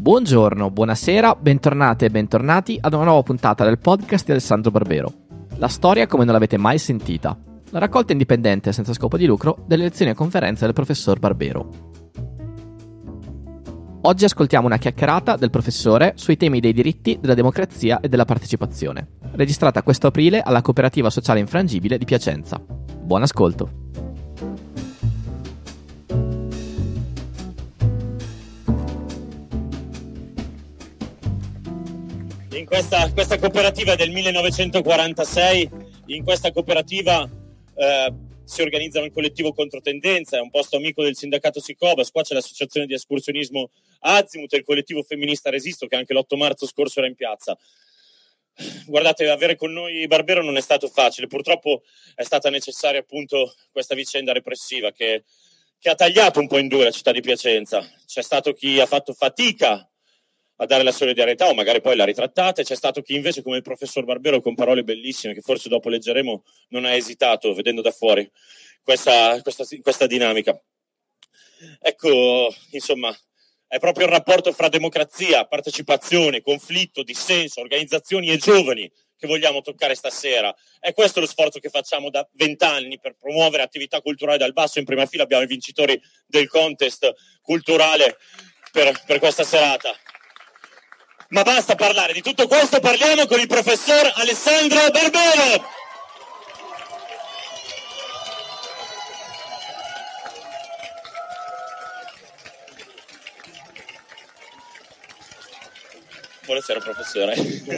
Buongiorno, buonasera, bentornate e bentornati ad una nuova puntata del podcast di Alessandro Barbero. La storia come non l'avete mai sentita. La raccolta indipendente senza scopo di lucro delle lezioni e conferenze del professor Barbero. Oggi ascoltiamo una chiacchierata del professore sui temi dei diritti, della democrazia e della partecipazione, registrata questo aprile alla Cooperativa Sociale Infrangibile di Piacenza. Buon ascolto! In questa cooperativa del 1946, in questa cooperativa si organizzano il collettivo Controtendenza, è un posto amico del sindacato Sicobas, qua c'è l'associazione di escursionismo Azimut e il collettivo femminista Resisto che anche l'8 marzo scorso era in piazza. Guardate, avere con noi Barbero non è stato facile, purtroppo è stata necessaria appunto questa vicenda repressiva che ha tagliato un po' in due la città di Piacenza. C'è stato chi ha fatto fatica a dare la solidarietà o magari poi la ritrattate, c'è stato chi invece come il professor Barbero con parole bellissime che forse dopo leggeremo non ha esitato vedendo da fuori questa dinamica. Ecco, insomma, è proprio il rapporto fra democrazia, partecipazione, conflitto, dissenso, organizzazioni e giovani che vogliamo toccare stasera. È questo lo sforzo che facciamo da 20 anni per promuovere attività culturali dal basso. In prima fila abbiamo i vincitori del contest culturale per questa serata. Ma basta parlare di tutto questo, parliamo con il professor Alessandro Barbero. Buonasera professore.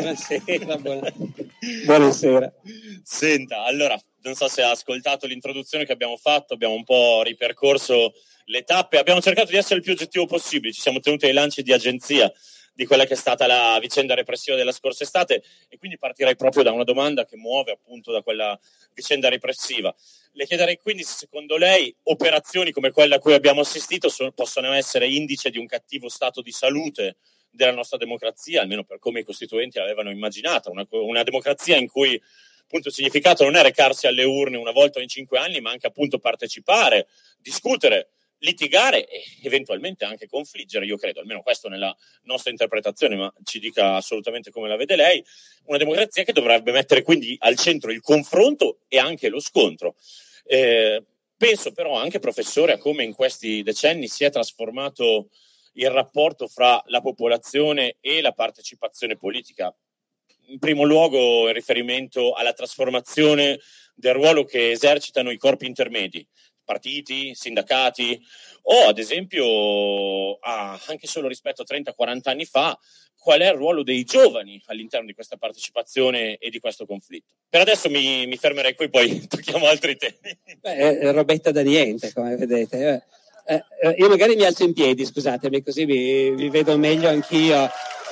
Buonasera. Senta, allora, non so se ha ascoltato l'introduzione che abbiamo fatto, abbiamo un po' ripercorso le tappe, abbiamo cercato di essere il più oggettivo possibile, ci siamo tenuti ai lanci di agenzia di quella che è stata la vicenda repressiva della scorsa estate e quindi partirei proprio da una domanda che muove appunto da quella vicenda repressiva. Le chiederei quindi se secondo lei operazioni come quella a cui abbiamo assistito possono essere indice di un cattivo stato di salute della nostra democrazia, almeno per come i costituenti l'avevano immaginata, una democrazia in cui appunto il significato non è recarsi alle urne una volta in 5 anni, ma anche appunto partecipare, discutere, litigare e eventualmente anche confliggere, io credo, almeno questo nella nostra interpretazione, ma ci dica assolutamente come la vede lei, una democrazia che dovrebbe mettere quindi al centro il confronto e anche lo scontro. Penso però anche, professore, a come in questi decenni si è trasformato il rapporto fra la popolazione e la partecipazione politica. In primo luogo in riferimento alla trasformazione del ruolo che esercitano i corpi intermedi, partiti, sindacati o ad esempio anche solo rispetto a 30-40 anni fa qual è il ruolo dei giovani all'interno di questa partecipazione e di questo conflitto. Per adesso mi fermerei qui, poi tocchiamo altri temi. È robetta da niente, come vedete. Io magari mi alzo in piedi, scusatemi, così vi vedo meglio anch'io.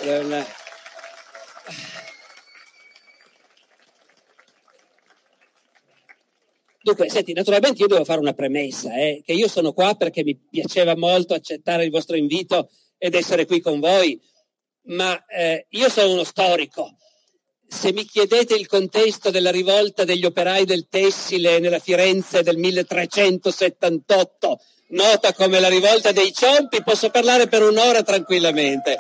Dunque, senti, naturalmente io devo fare una premessa, che io sono qua perché mi piaceva molto accettare il vostro invito ed essere qui con voi, ma io sono uno storico. Se mi chiedete il contesto della rivolta degli operai del tessile nella Firenze del 1378, nota come la rivolta dei Ciompi, posso parlare per un'ora tranquillamente.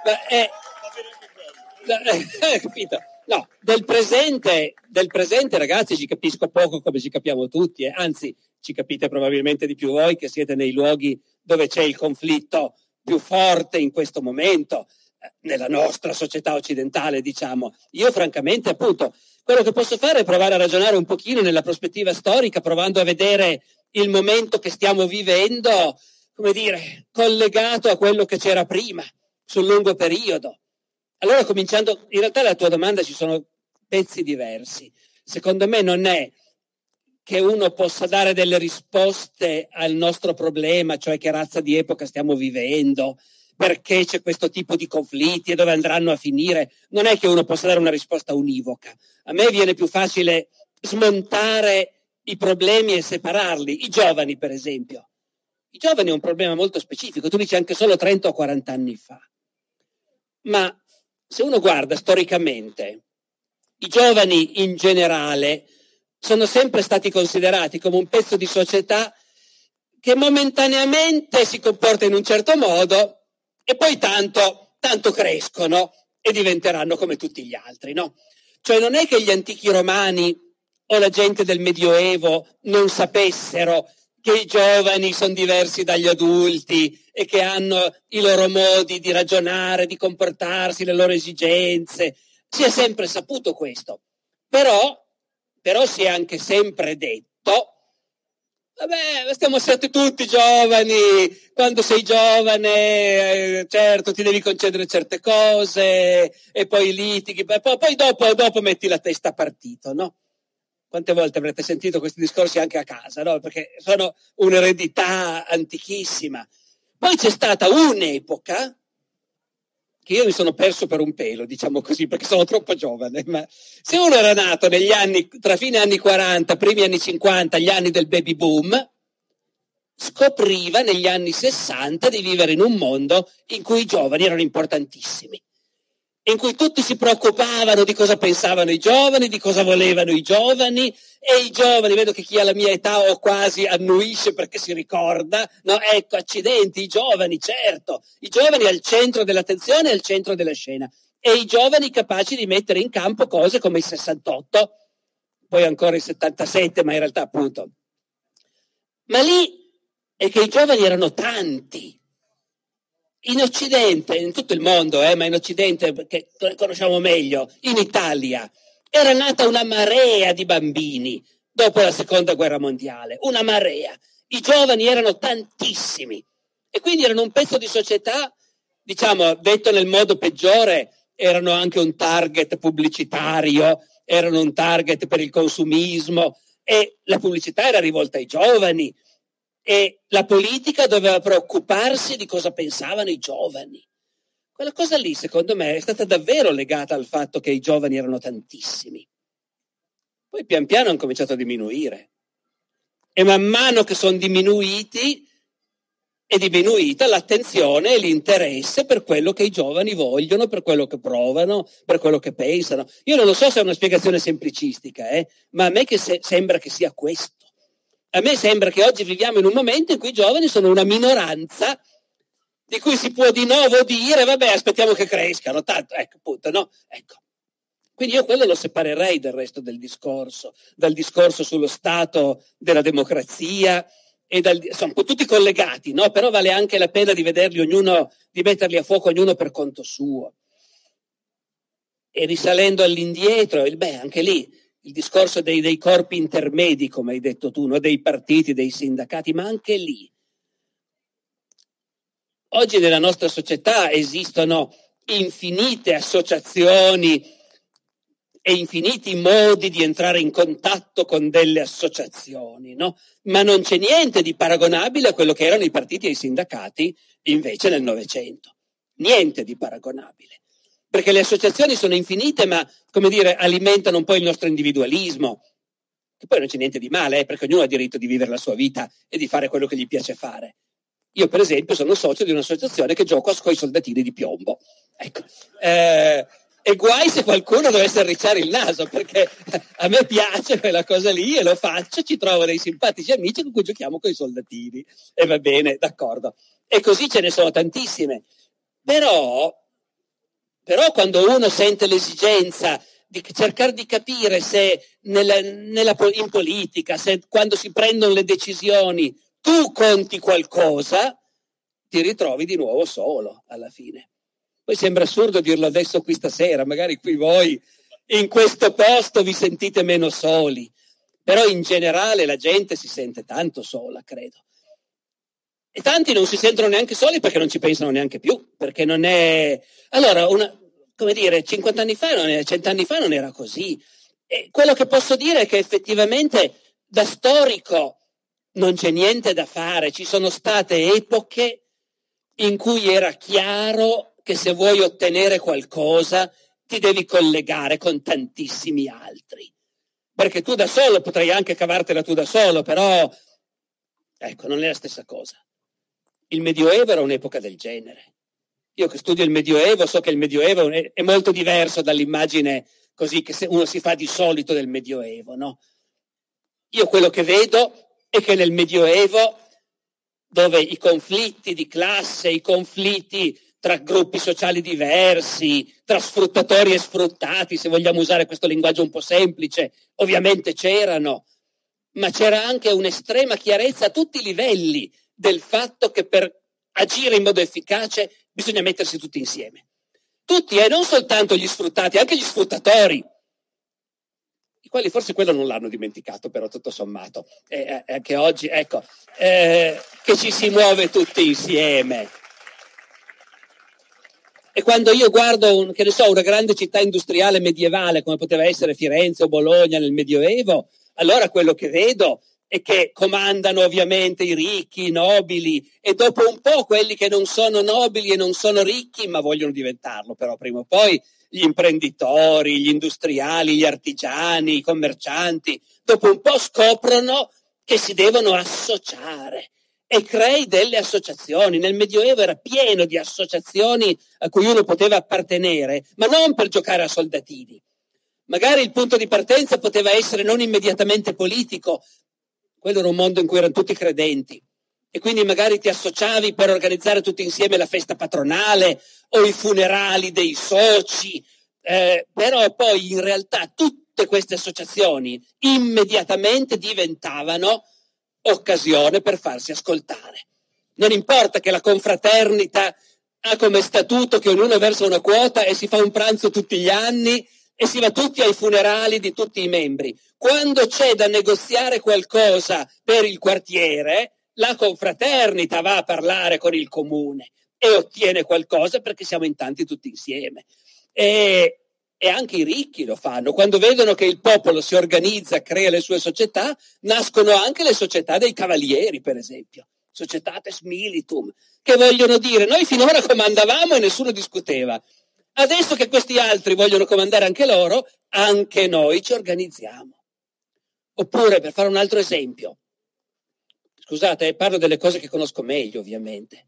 Capito? No, del presente ragazzi ci capisco poco come ci capiamo tutti, anzi ci capite probabilmente di più voi che siete nei luoghi dove c'è il conflitto più forte in questo momento, nella nostra società occidentale, diciamo. Io francamente appunto quello che posso fare è provare a ragionare un pochino nella prospettiva storica, provando a vedere il momento che stiamo vivendo, come dire, collegato a quello che c'era prima, sul lungo periodo. Allora, cominciando, in realtà la tua domanda ci sono pezzi diversi. Secondo me non è che uno possa dare delle risposte al nostro problema, cioè che razza di epoca stiamo vivendo, perché c'è questo tipo di conflitti e dove andranno a finire. Non è che uno possa dare una risposta univoca. A me viene più facile smontare i problemi e separarli. I giovani, per esempio. I giovani è un problema molto specifico, tu dici anche solo 30 o 40 anni fa. Ma se uno guarda storicamente, i giovani in generale sono sempre stati considerati come un pezzo di società che momentaneamente si comporta in un certo modo e poi tanto tanto crescono e diventeranno come tutti gli altri, no? Cioè non è che gli antichi romani o la gente del Medioevo non sapessero che i giovani sono diversi dagli adulti e che hanno i loro modi di ragionare, di comportarsi, le loro esigenze. Si è sempre saputo questo. Però si è anche sempre detto: vabbè, stiamo stati tutti giovani, quando sei giovane, certo, ti devi concedere certe cose, e poi litighi, poi dopo metti la testa a partito, no? Quante volte avrete sentito questi discorsi anche a casa, no? Perché sono un'eredità antichissima. Poi c'è stata un'epoca che io mi sono perso per un pelo, diciamo così, perché sono troppo giovane, ma se uno era nato negli anni, tra fine anni 40, primi anni 50, gli anni del baby boom, scopriva negli anni 60 di vivere in un mondo in cui i giovani erano importantissimi, in cui tutti si preoccupavano di cosa pensavano i giovani, di cosa volevano i giovani, e i giovani, vedo che chi ha la mia età o quasi annuisce perché si ricorda, no? Ecco, accidenti, i giovani, certo, i giovani al centro dell'attenzione e al centro della scena, e i giovani capaci di mettere in campo cose come il 68, poi ancora il 77, ma in realtà appunto. Ma lì è che i giovani erano tanti. In Occidente, in tutto il mondo, ma in Occidente, perché conosciamo meglio, in Italia, era nata una marea di bambini dopo la seconda guerra mondiale, una marea. I giovani erano tantissimi e quindi erano un pezzo di società, diciamo, detto nel modo peggiore, erano anche un target pubblicitario, erano un target per il consumismo, e la pubblicità era rivolta ai giovani. E la politica doveva preoccuparsi di cosa pensavano i giovani. Quella cosa lì, secondo me, è stata davvero legata al fatto che i giovani erano tantissimi. Poi pian piano hanno cominciato a diminuire. E man mano che sono diminuiti, è diminuita l'attenzione e l'interesse per quello che i giovani vogliono, per quello che provano, per quello che pensano. Io non lo so se è una spiegazione semplicistica, ma a me sembra che sia questo. A me sembra che oggi viviamo in un momento in cui i giovani sono una minoranza di cui si può di nuovo dire: vabbè, aspettiamo che crescano, tanto, ecco, appunto, no? Ecco. Quindi io quello lo separerei del resto del discorso, dal discorso sullo stato della democrazia, sono un po' tutti collegati, no? Però vale anche la pena di vederli ognuno, di metterli a fuoco ognuno per conto suo. E risalendo all'indietro, anche lì, il discorso dei corpi intermedi, come hai detto tu, no? Dei partiti, dei sindacati, ma anche lì. Oggi nella nostra società esistono infinite associazioni e infiniti modi di entrare in contatto con delle associazioni, no? Ma non c'è niente di paragonabile a quello che erano i partiti e i sindacati invece nel Novecento. Niente di paragonabile. Perché le associazioni sono infinite, ma, come dire, alimentano un po' il nostro individualismo, che poi non c'è niente di male, perché ognuno ha diritto di vivere la sua vita e di fare quello che gli piace fare. Io, per esempio, sono socio di un'associazione che gioca coi soldatini di piombo. Ecco. E guai se qualcuno dovesse arricciare il naso, perché a me piace quella cosa lì e lo faccio, ci trovo dei simpatici amici con cui giochiamo coi soldatini. E va bene, d'accordo. E così ce ne sono tantissime. Però quando uno sente l'esigenza di cercare di capire se in politica, se quando si prendono le decisioni tu conti qualcosa, ti ritrovi di nuovo solo alla fine. Poi sembra assurdo dirlo adesso qui stasera, magari qui voi in questo posto vi sentite meno soli, però in generale la gente si sente tanto sola, credo. E tanti non si sentono neanche soli perché non ci pensano neanche più, perché non è... Allora, 50 anni fa, 100 anni fa non era così. E quello che posso dire è che effettivamente da storico non c'è niente da fare. Ci sono state epoche in cui era chiaro che se vuoi ottenere qualcosa ti devi collegare con tantissimi altri. Perché tu da solo potrai anche cavartela tu da solo, però ecco, non è la stessa cosa. Il Medioevo era un'epoca del genere. Io che studio il Medioevo so che il Medioevo è molto diverso dall'immagine così che uno si fa di solito del Medioevo, no? Io quello che vedo è che nel Medioevo, dove i conflitti di classe, i conflitti tra gruppi sociali diversi, tra sfruttatori e sfruttati, se vogliamo usare questo linguaggio un po' semplice, ovviamente c'erano, ma c'era anche un'estrema chiarezza a tutti i livelli del fatto che per agire in modo efficace bisogna mettersi tutti insieme. Tutti, non soltanto gli sfruttati, anche gli sfruttatori, i quali forse quello non l'hanno dimenticato, però tutto sommato, anche oggi, ecco, che ci si muove tutti insieme. E quando io guardo, una grande città industriale medievale, come poteva essere Firenze o Bologna nel Medioevo, allora quello che vedo è che comandano ovviamente i ricchi, i nobili, e dopo un po' quelli che non sono nobili e non sono ricchi, ma vogliono diventarlo però prima o poi, gli imprenditori, gli industriali, gli artigiani, i commercianti, dopo un po' scoprono che si devono associare e crei delle associazioni. Nel Medioevo era pieno di associazioni a cui uno poteva appartenere, ma non per giocare a soldatini. Magari il punto di partenza poteva essere non immediatamente politico, quello era un mondo in cui erano tutti credenti, e quindi magari ti associavi per organizzare tutti insieme la festa patronale o i funerali dei soci, però poi in realtà tutte queste associazioni immediatamente diventavano occasione per farsi ascoltare. Non importa che la confraternita ha come statuto che ognuno versa una quota e si fa un pranzo tutti gli anni e si va tutti ai funerali di tutti i membri. Quando c'è da negoziare qualcosa per il quartiere, la confraternita va a parlare con il comune e ottiene qualcosa perché siamo in tanti tutti insieme. E anche i ricchi lo fanno. Quando vedono che il popolo si organizza, crea le sue società, nascono anche le società dei cavalieri, per esempio, societates militum, che vogliono dire noi finora comandavamo e nessuno discuteva. Adesso che questi altri vogliono comandare anche loro, anche noi ci organizziamo. Oppure, per fare un altro esempio, scusate, parlo delle cose che conosco meglio, ovviamente.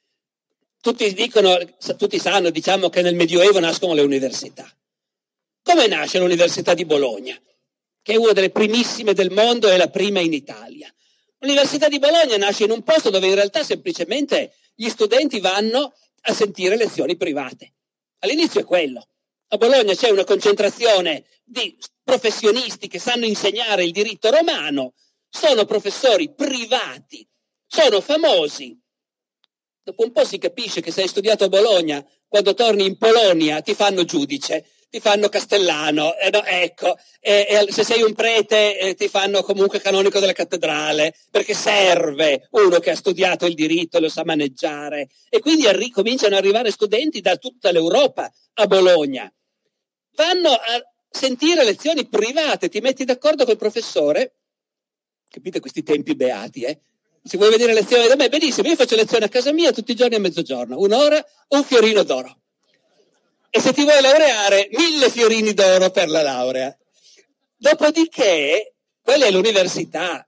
Tutti sanno, diciamo, che nel Medioevo nascono le università. Come nasce l'Università di Bologna, che è una delle primissime del mondo e la prima in Italia? L'Università di Bologna nasce in un posto dove in realtà semplicemente gli studenti vanno a sentire lezioni private. All'inizio è quello. A Bologna c'è una concentrazione di professionisti che sanno insegnare il diritto romano, sono professori privati, sono famosi. Dopo un po' si capisce che se hai studiato a Bologna, quando torni in Polonia ti fanno giudice, ti fanno castellano, se sei un prete ti fanno comunque canonico della cattedrale, perché serve uno che ha studiato il diritto e lo sa maneggiare. E quindi cominciano ad arrivare studenti da tutta l'Europa a Bologna. Vanno a sentire lezioni private, ti metti d'accordo col professore, capite questi tempi beati, Se vuoi vedere lezioni da me, benissimo, io faccio lezioni a casa mia tutti i giorni a mezzogiorno, 1 ora, un fiorino d'oro. E se ti vuoi laureare, 1000 fiorini d'oro per la laurea. Dopodiché, quella è l'università.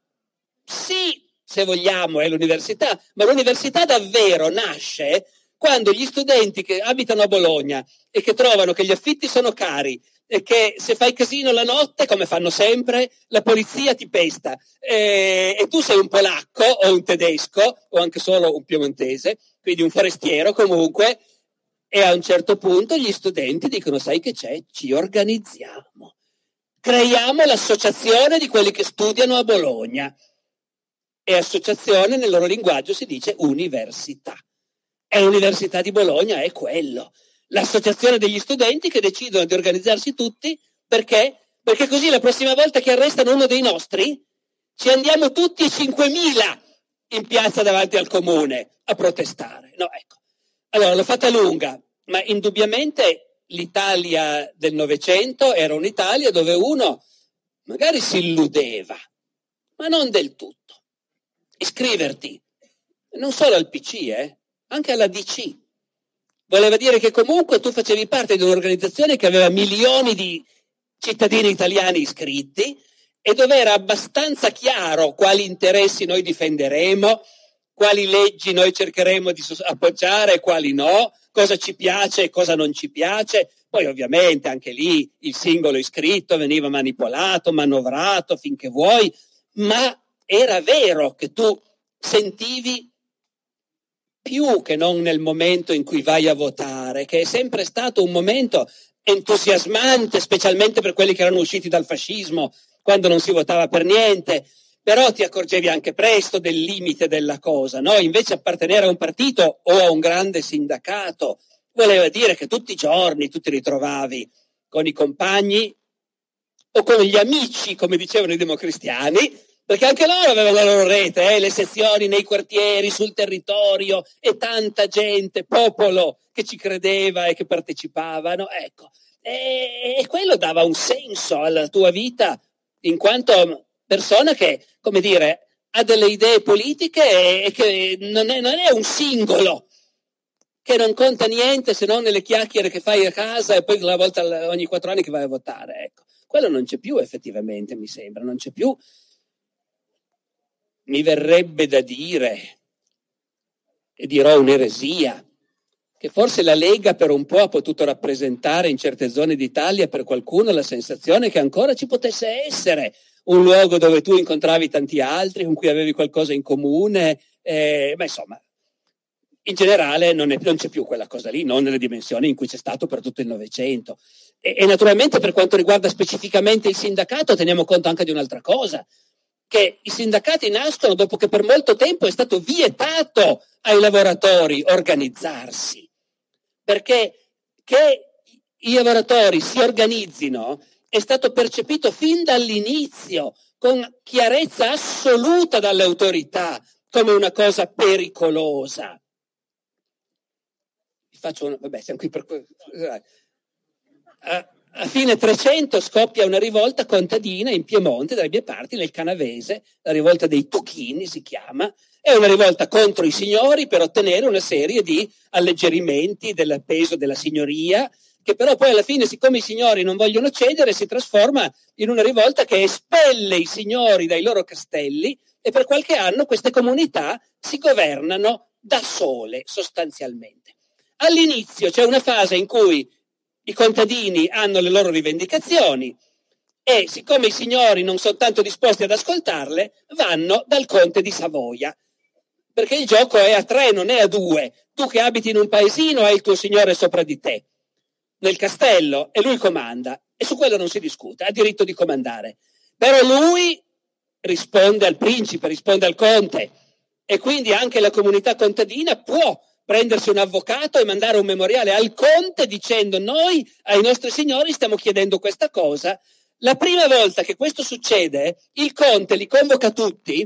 Sì, se vogliamo, è l'università, ma l'università davvero nasce quando gli studenti che abitano a Bologna e che trovano che gli affitti sono cari e che se fai casino la notte, come fanno sempre, la polizia ti pesta e tu sei un polacco o un tedesco o anche solo un piemontese, quindi un forestiero comunque, e a un certo punto gli studenti dicono: sai che c'è? Ci organizziamo, creiamo l'associazione di quelli che studiano a Bologna, e associazione nel loro linguaggio si dice università, e l'Università di Bologna è quello, l'associazione degli studenti che decidono di organizzarsi tutti perché così la prossima volta che arrestano uno dei nostri ci andiamo tutti 5.000 in piazza davanti al comune a protestare. No, ecco. Allora, l'ho fatta lunga, ma indubbiamente l'Italia del Novecento era un'Italia dove uno magari si illudeva, ma non del tutto. Iscriverti, non solo al PC, anche alla DC. Voleva dire che comunque tu facevi parte di un'organizzazione che aveva milioni di cittadini italiani iscritti e dove era abbastanza chiaro quali interessi noi difenderemo, quali leggi noi cercheremo di appoggiare e quali no, cosa ci piace e cosa non ci piace. Poi ovviamente anche lì il singolo iscritto veniva manipolato, manovrato finché vuoi, ma era vero che tu sentivi più che non nel momento in cui vai a votare, che è sempre stato un momento entusiasmante, specialmente per quelli che erano usciti dal fascismo, quando non si votava per niente, però ti accorgevi anche presto del limite della cosa, no? Invece appartenere a un partito o a un grande sindacato voleva dire che tutti i giorni tu ti ritrovavi con i compagni o con gli amici, come dicevano i democristiani, perché anche loro avevano la loro rete, le sezioni nei quartieri, sul territorio, e tanta gente, popolo che ci credeva e che partecipavano, ecco. E quello dava un senso alla tua vita in quanto persona che, come dire, ha delle idee politiche e che non è un singolo, che non conta niente se non nelle chiacchiere che fai a casa e poi una volta ogni 4 anni che vai a votare, ecco. Quello non c'è più effettivamente, mi sembra, non c'è più. Mi verrebbe da dire, e dirò un'eresia, che forse la Lega per un po' ha potuto rappresentare in certe zone d'Italia per qualcuno la sensazione che ancora ci potesse essere un luogo dove tu incontravi tanti altri, con cui avevi qualcosa in comune, ma insomma, in generale non c'è più quella cosa lì, non nelle dimensioni in cui c'è stato per tutto il Novecento. E naturalmente per quanto riguarda specificamente il sindacato teniamo conto anche di un'altra cosa, che i sindacati nascono dopo che per molto tempo è stato vietato ai lavoratori organizzarsi, perché che i lavoratori si organizzino è stato percepito fin dall'inizio con chiarezza assoluta dalle autorità come una cosa pericolosa. Vabbè, siamo qui per a fine 300 scoppia una rivolta contadina in Piemonte, dalle mie parti, nel Canavese, la rivolta dei Tuchini si chiama, è una rivolta contro i signori per ottenere una serie di alleggerimenti del peso della signoria, che però poi alla fine, siccome i signori non vogliono cedere, si trasforma in una rivolta che espelle i signori dai loro castelli e per qualche anno queste comunità si governano da sole, sostanzialmente. All'inizio c'è una fase in cui i contadini hanno le loro rivendicazioni e siccome i signori non sono tanto disposti ad ascoltarle, vanno dal conte di Savoia, perché il gioco è a 3, non è a 2. Tu che abiti in un paesino hai il tuo signore sopra di te nel castello e lui comanda, e su quello non si discute, ha diritto di comandare, però lui risponde al principe, risponde al conte, e quindi anche la comunità contadina può prendersi un avvocato e mandare un memoriale al conte dicendo: noi ai nostri signori stiamo chiedendo questa cosa. La prima volta che questo succede, il conte li convoca tutti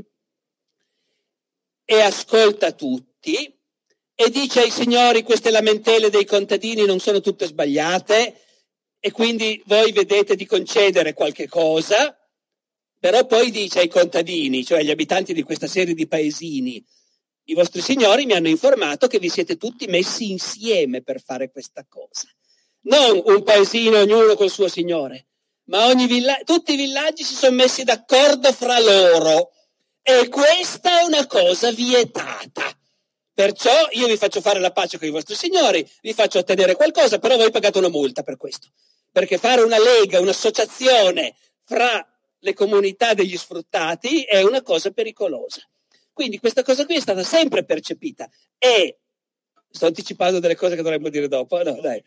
e ascolta tutti e dice ai signori: queste lamentele dei contadini non sono tutte sbagliate e quindi voi vedete di concedere qualche cosa, però poi dice ai contadini, cioè agli abitanti di questa serie di paesini: i vostri signori mi hanno informato che vi siete tutti messi insieme per fare questa cosa. Non un paesino, ognuno col suo signore, ma tutti i villaggi si sono messi d'accordo fra loro e questa è una cosa vietata. Perciò io vi faccio fare la pace con i vostri signori, vi faccio ottenere qualcosa, però voi pagate una multa per questo. Perché fare una lega, un'associazione fra le comunità degli sfruttati è una cosa pericolosa. Quindi questa cosa qui è stata sempre percepita e sto anticipando delle cose che dovremmo dire dopo. No, dai.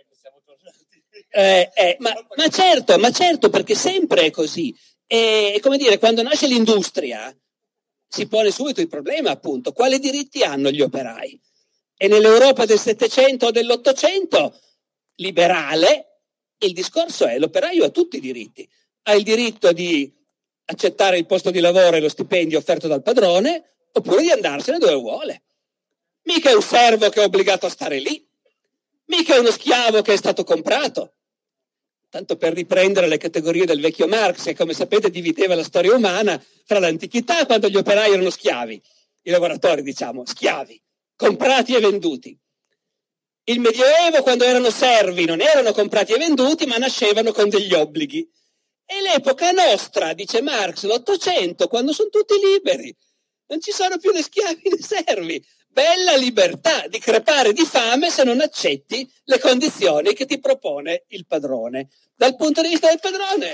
Ma certo, perché sempre è così. E come dire, quando nasce l'industria si pone subito il problema, appunto, quali diritti hanno gli operai? E nell'Europa del Settecento o dell'800 liberale, il discorso è: l'operaio ha tutti i diritti. Ha il diritto di accettare il posto di lavoro e lo stipendio offerto dal padrone, oppure di andarsene dove vuole. Mica è un servo che è obbligato a stare lì, mica è uno schiavo che è stato comprato. Tanto per riprendere le categorie del vecchio Marx, che come sapete divideva la storia umana fra l'antichità, quando gli operai erano schiavi, i lavoratori diciamo schiavi, comprati e venduti. Il Medioevo, quando erano servi, non erano comprati e venduti, ma nascevano con degli obblighi. E l'epoca nostra, dice Marx, l'Ottocento, quando sono tutti liberi, non ci sono più né schiavi né servi. Bella libertà di crepare di fame se non accetti le condizioni che ti propone il padrone. Dal punto di vista del padrone,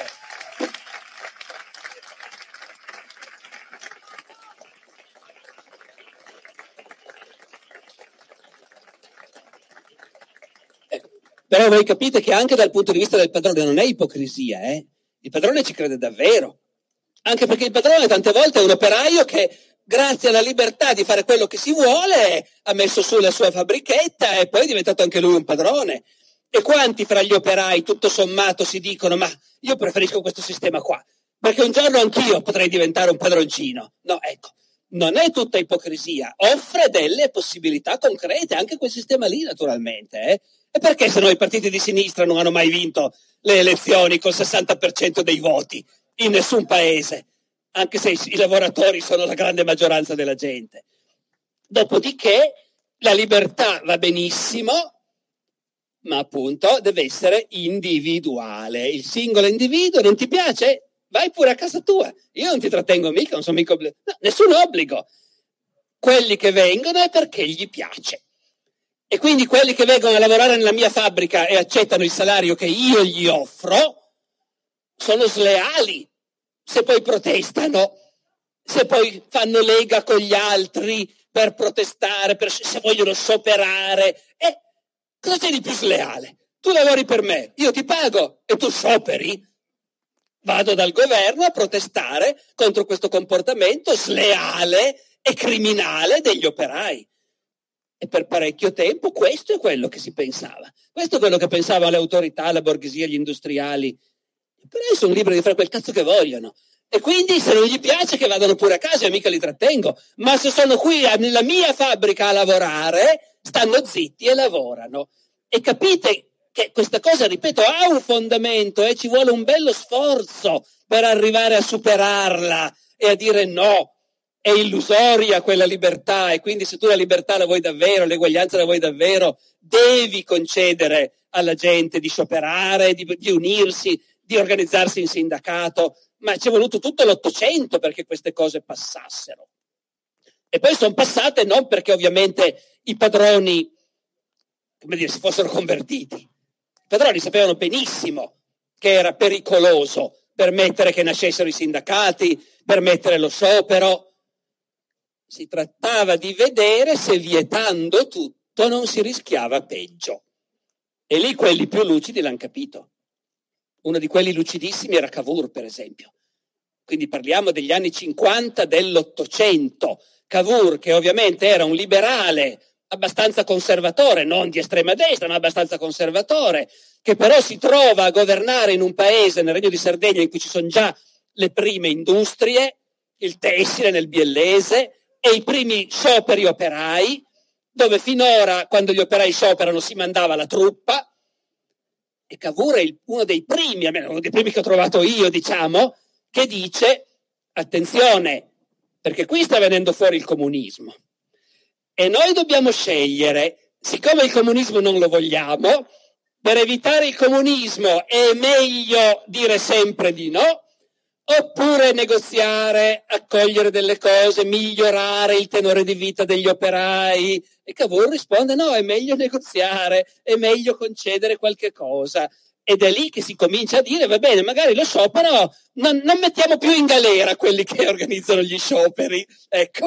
Però voi capite che anche dal punto di vista del padrone non è ipocrisia, eh? Il padrone ci crede davvero. Anche perché il padrone tante volte è un operaio che, grazie alla libertà di fare quello che si vuole, ha messo su la sua fabbrichetta e poi è diventato anche lui un padrone. E quanti fra gli operai, tutto sommato, si dicono: ma io preferisco questo sistema qua, perché un giorno anch'io potrei diventare un padroncino. No, ecco, non è tutta ipocrisia, offre delle possibilità concrete, anche quel sistema lì naturalmente. E perché se no i partiti di sinistra non hanno mai vinto le elezioni col 60% dei voti in nessun paese, anche se i lavoratori sono la grande maggioranza della gente? Dopodiché la libertà va benissimo, ma appunto deve essere individuale. Il singolo individuo non ti piace? Vai pure a casa tua. Io non ti trattengo mica, non sono mica obbligo. No, nessun obbligo. Quelli che vengono è perché gli piace. E quindi quelli che vengono a lavorare nella mia fabbrica e accettano il salario che io gli offro sono sleali. Se poi protestano, se poi fanno lega con gli altri per protestare, se vogliono scioperare, cosa c'è di più sleale? Tu lavori per me, io ti pago e tu scioperi? Vado dal governo a protestare contro questo comportamento sleale e criminale degli operai. E per parecchio tempo questo è quello che si pensava. Questo è quello che pensavano le autorità, la borghesia, gli industriali. Però sono liberi di fare quel cazzo che vogliono. E quindi se non gli piace che vadano pure a casa e mica li trattengo. Ma se sono qui nella mia fabbrica a lavorare, stanno zitti e lavorano. E capite che questa cosa, ripeto, ha un fondamento e ci vuole un bello sforzo per arrivare a superarla e a dire no. È illusoria quella libertà, e quindi se tu la libertà la vuoi davvero, l'eguaglianza la vuoi davvero, devi concedere alla gente di scioperare, di unirsi, di organizzarsi in sindacato. Ma ci è voluto tutto l'Ottocento perché queste cose passassero. E poi sono passate non perché ovviamente i padroni, si fossero convertiti. I padroni sapevano benissimo che era pericoloso permettere che nascessero i sindacati, permettere lo sciopero. Si trattava di vedere se vietando tutto non si rischiava peggio. E lì quelli più lucidi l'hanno capito. Uno di quelli lucidissimi era Cavour, per esempio. Quindi parliamo degli anni 50 dell'Ottocento. Cavour, che ovviamente era un liberale abbastanza conservatore, non di estrema destra, ma abbastanza conservatore, che però si trova a governare in un paese, nel Regno di Sardegna, in cui ci sono già le prime industrie, il tessile nel biellese, e i primi scioperi operai, dove finora, quando gli operai scioperano, si mandava la truppa. E Cavour è uno dei primi, almeno uno dei primi che ho trovato io, diciamo, che dice: attenzione, perché qui sta venendo fuori il comunismo. E noi dobbiamo scegliere, siccome il comunismo non lo vogliamo, per evitare il comunismo è meglio dire sempre di no, oppure negoziare, accogliere delle cose, migliorare il tenore di vita degli operai. E Cavour risponde: no, è meglio negoziare, è meglio concedere qualche cosa. Ed è lì che si comincia a dire: va bene, magari lo sciopero non mettiamo più in galera quelli che organizzano gli scioperi, ecco,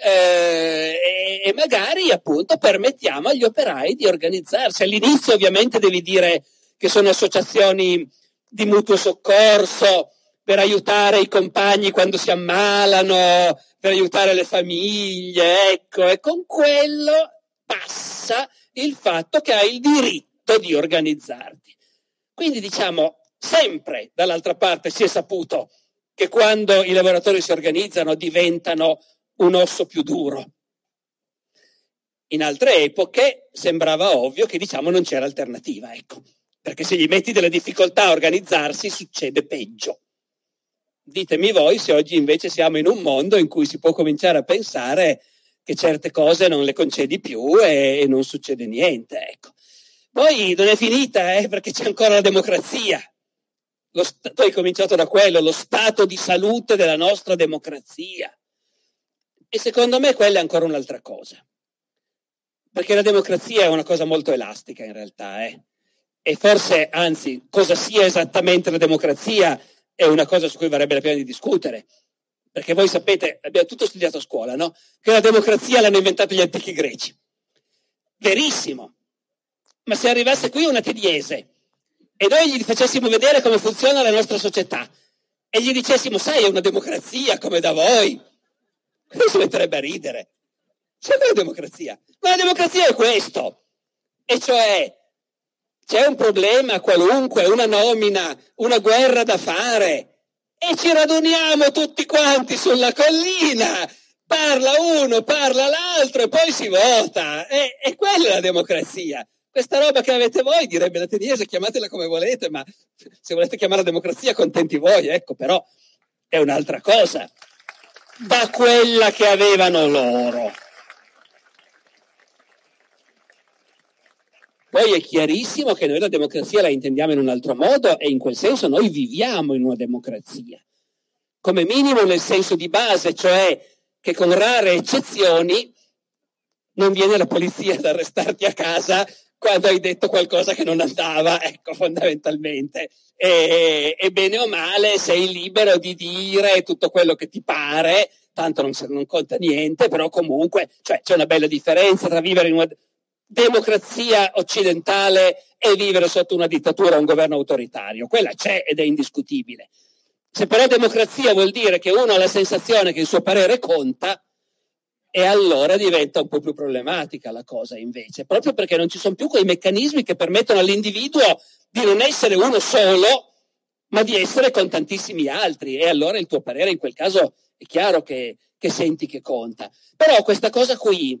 e magari appunto permettiamo agli operai di organizzarsi. All'inizio ovviamente devi dire che sono associazioni di mutuo soccorso per aiutare i compagni quando si ammalano, per aiutare le famiglie, ecco, e con quello passa il fatto che hai il diritto di organizzarti. Quindi diciamo, sempre dall'altra parte si è saputo che quando i lavoratori si organizzano diventano un osso più duro. In altre epoche sembrava ovvio che non c'era alternativa, ecco, perché se gli metti delle difficoltà a organizzarsi succede peggio. Ditemi voi se oggi invece siamo in un mondo in cui si può cominciare a pensare che certe cose non le concedi più e non succede niente, ecco. Poi non è finita, perché c'è ancora la democrazia. Tu hai cominciato da quello, lo stato di salute della nostra democrazia. E secondo me quella è ancora un'altra cosa. Perché la democrazia è una cosa molto elastica in realtà, E forse, anzi, cosa sia esattamente la democrazia è una cosa su cui varrebbe la pena di discutere. Perché voi sapete, abbiamo tutto studiato a scuola, no? Che la democrazia l'hanno inventata gli antichi greci. Verissimo. Ma se arrivasse qui un ateniese e noi gli facessimo vedere come funziona la nostra società e gli dicessimo, sai, è una democrazia come da voi, lui si metterebbe a ridere. C'è una democrazia, ma la democrazia è questo, e cioè c'è un problema qualunque, una nomina, una guerra da fare e ci raduniamo tutti quanti sulla collina, parla uno, parla l'altro e poi si vota, e quella è la democrazia. Questa roba che avete voi, direbbe l'ateniese, chiamatela come volete, ma se volete chiamarla democrazia contenti voi, ecco, però è un'altra cosa da quella che avevano loro. Poi è chiarissimo che noi la democrazia la intendiamo in un altro modo e in quel senso noi viviamo in una democrazia. Come minimo nel senso di base, cioè che con rare eccezioni non viene la polizia ad arrestarti a casa quando hai detto qualcosa che non andava, ecco, fondamentalmente. E bene o male sei libero di dire tutto quello che ti pare, tanto non conta niente, però comunque cioè, c'è una bella differenza tra vivere in una democrazia occidentale e vivere sotto una dittatura o un governo autoritario. Quella c'è ed è indiscutibile. Se però democrazia vuol dire che uno ha la sensazione che il suo parere conta, e allora diventa un po' più problematica la cosa invece, proprio perché non ci sono più quei meccanismi che permettono all'individuo di non essere uno solo, ma di essere con tantissimi altri, e allora il tuo parere in quel caso è chiaro che senti che conta. Però questa cosa qui,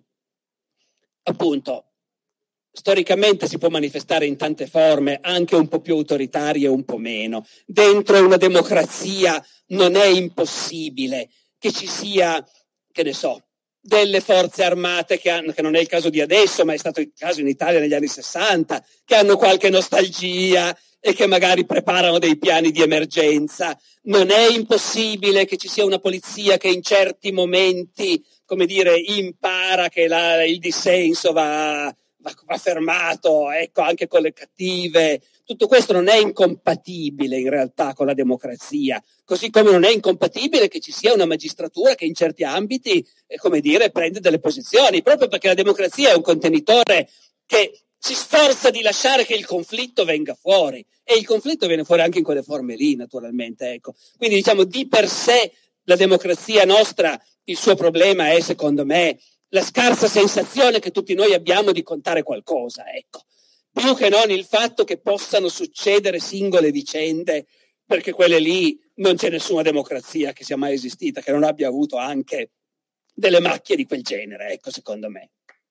appunto, storicamente si può manifestare in tante forme, anche un po' più autoritarie e un po' meno. Dentro una democrazia non è impossibile che ci sia, che ne so, delle forze armate che non è il caso di adesso, ma è stato il caso in Italia negli anni 60, che hanno qualche nostalgia e che magari preparano dei piani di emergenza. Non è impossibile che ci sia una polizia che in certi momenti, come dire, impara che il dissenso va fermato, ecco, anche con le cattive. Tutto questo non è incompatibile in realtà con la democrazia, così come non è incompatibile che ci sia una magistratura che in certi ambiti, come dire, prende delle posizioni, proprio perché la democrazia è un contenitore che si sforza di lasciare che il conflitto venga fuori, e il conflitto viene fuori anche in quelle forme lì, naturalmente, ecco. Quindi diciamo di per sé la democrazia nostra, il suo problema è, secondo me, la scarsa sensazione che tutti noi abbiamo di contare qualcosa, ecco. Più che non il fatto che possano succedere singole vicende, perché quelle lì non c'è nessuna democrazia che sia mai esistita che non abbia avuto anche delle macchie di quel genere, ecco, secondo me.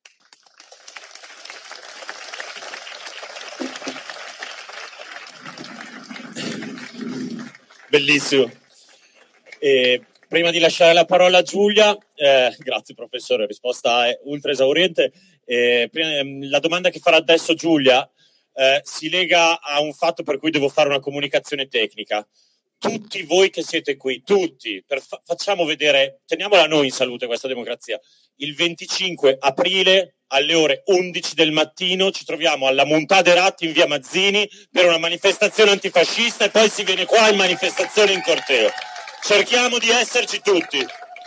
Bellissimo. Prima di lasciare la parola a Giulia, grazie professore, risposta è ultra esauriente. La domanda che farà adesso Giulia si lega a un fatto per cui devo fare una comunicazione tecnica. Tutti voi che siete qui, tutti, facciamo vedere, teniamola noi in salute questa democrazia. Il 25 aprile alle ore 11 del mattino ci troviamo alla Montà Ratti in via Mazzini per una manifestazione antifascista e poi si viene qua in manifestazione in corteo. Cerchiamo di esserci tutti.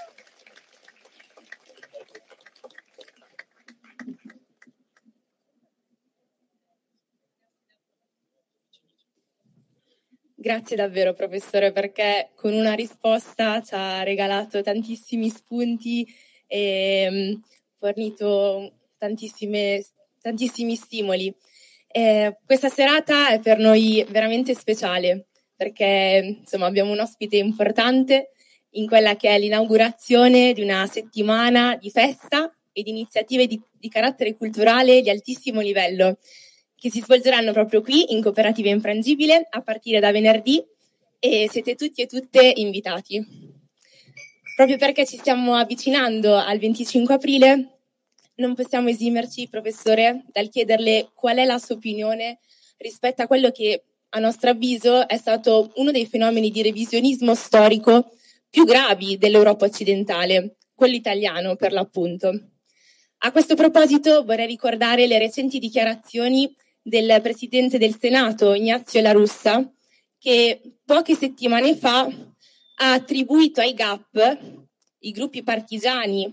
Grazie davvero professore, perché con una risposta ci ha regalato tantissimi spunti e fornito tantissimi stimoli. Questa serata è per noi veramente speciale perché insomma abbiamo un ospite importante in quella che è l'inaugurazione di una settimana di festa e di iniziative di carattere culturale di altissimo livello che si svolgeranno proprio qui in Cooperativa Infrangibile a partire da venerdì, e siete tutti e tutte invitati. Proprio perché ci stiamo avvicinando al 25 aprile, non possiamo esimerci, professore, dal chiederle qual è la sua opinione rispetto a quello che, a nostro avviso, è stato uno dei fenomeni di revisionismo storico più gravi dell'Europa occidentale, quello italiano per l'appunto. A questo proposito vorrei ricordare le recenti dichiarazioni del Presidente del Senato, Ignazio La Russa, che poche settimane fa ha attribuito ai GAP, i gruppi partigiani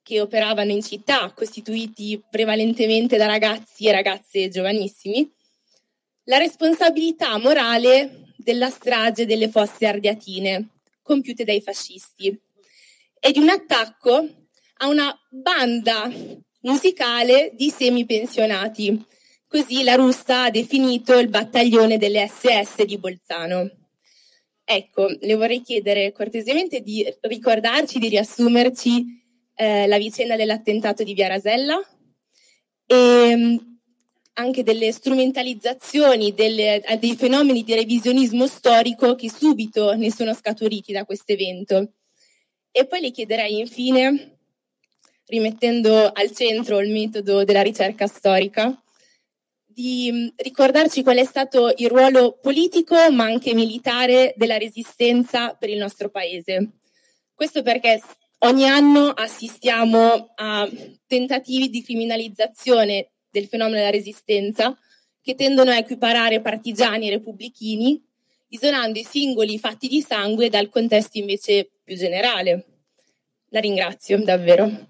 che operavano in città, costituiti prevalentemente da ragazzi e ragazze giovanissimi, la responsabilità morale della strage delle Fosse Ardeatine compiute dai fascisti e di un attacco a una banda musicale di semipensionati. Così la Russa ha definito il battaglione delle SS di Bolzano. Ecco, le vorrei chiedere cortesemente di ricordarci, di riassumerci la vicenda dell'attentato di Via Rasella e anche delle strumentalizzazioni dei fenomeni di revisionismo storico che subito ne sono scaturiti da questo evento. E poi le chiederei infine, rimettendo al centro il metodo della ricerca storica, di ricordarci qual è stato il ruolo politico ma anche militare della resistenza per il nostro paese. Questo perché ogni anno assistiamo a tentativi di criminalizzazione del fenomeno della resistenza che tendono a equiparare partigiani e repubblichini, isolando i singoli fatti di sangue dal contesto invece più generale. La ringrazio davvero.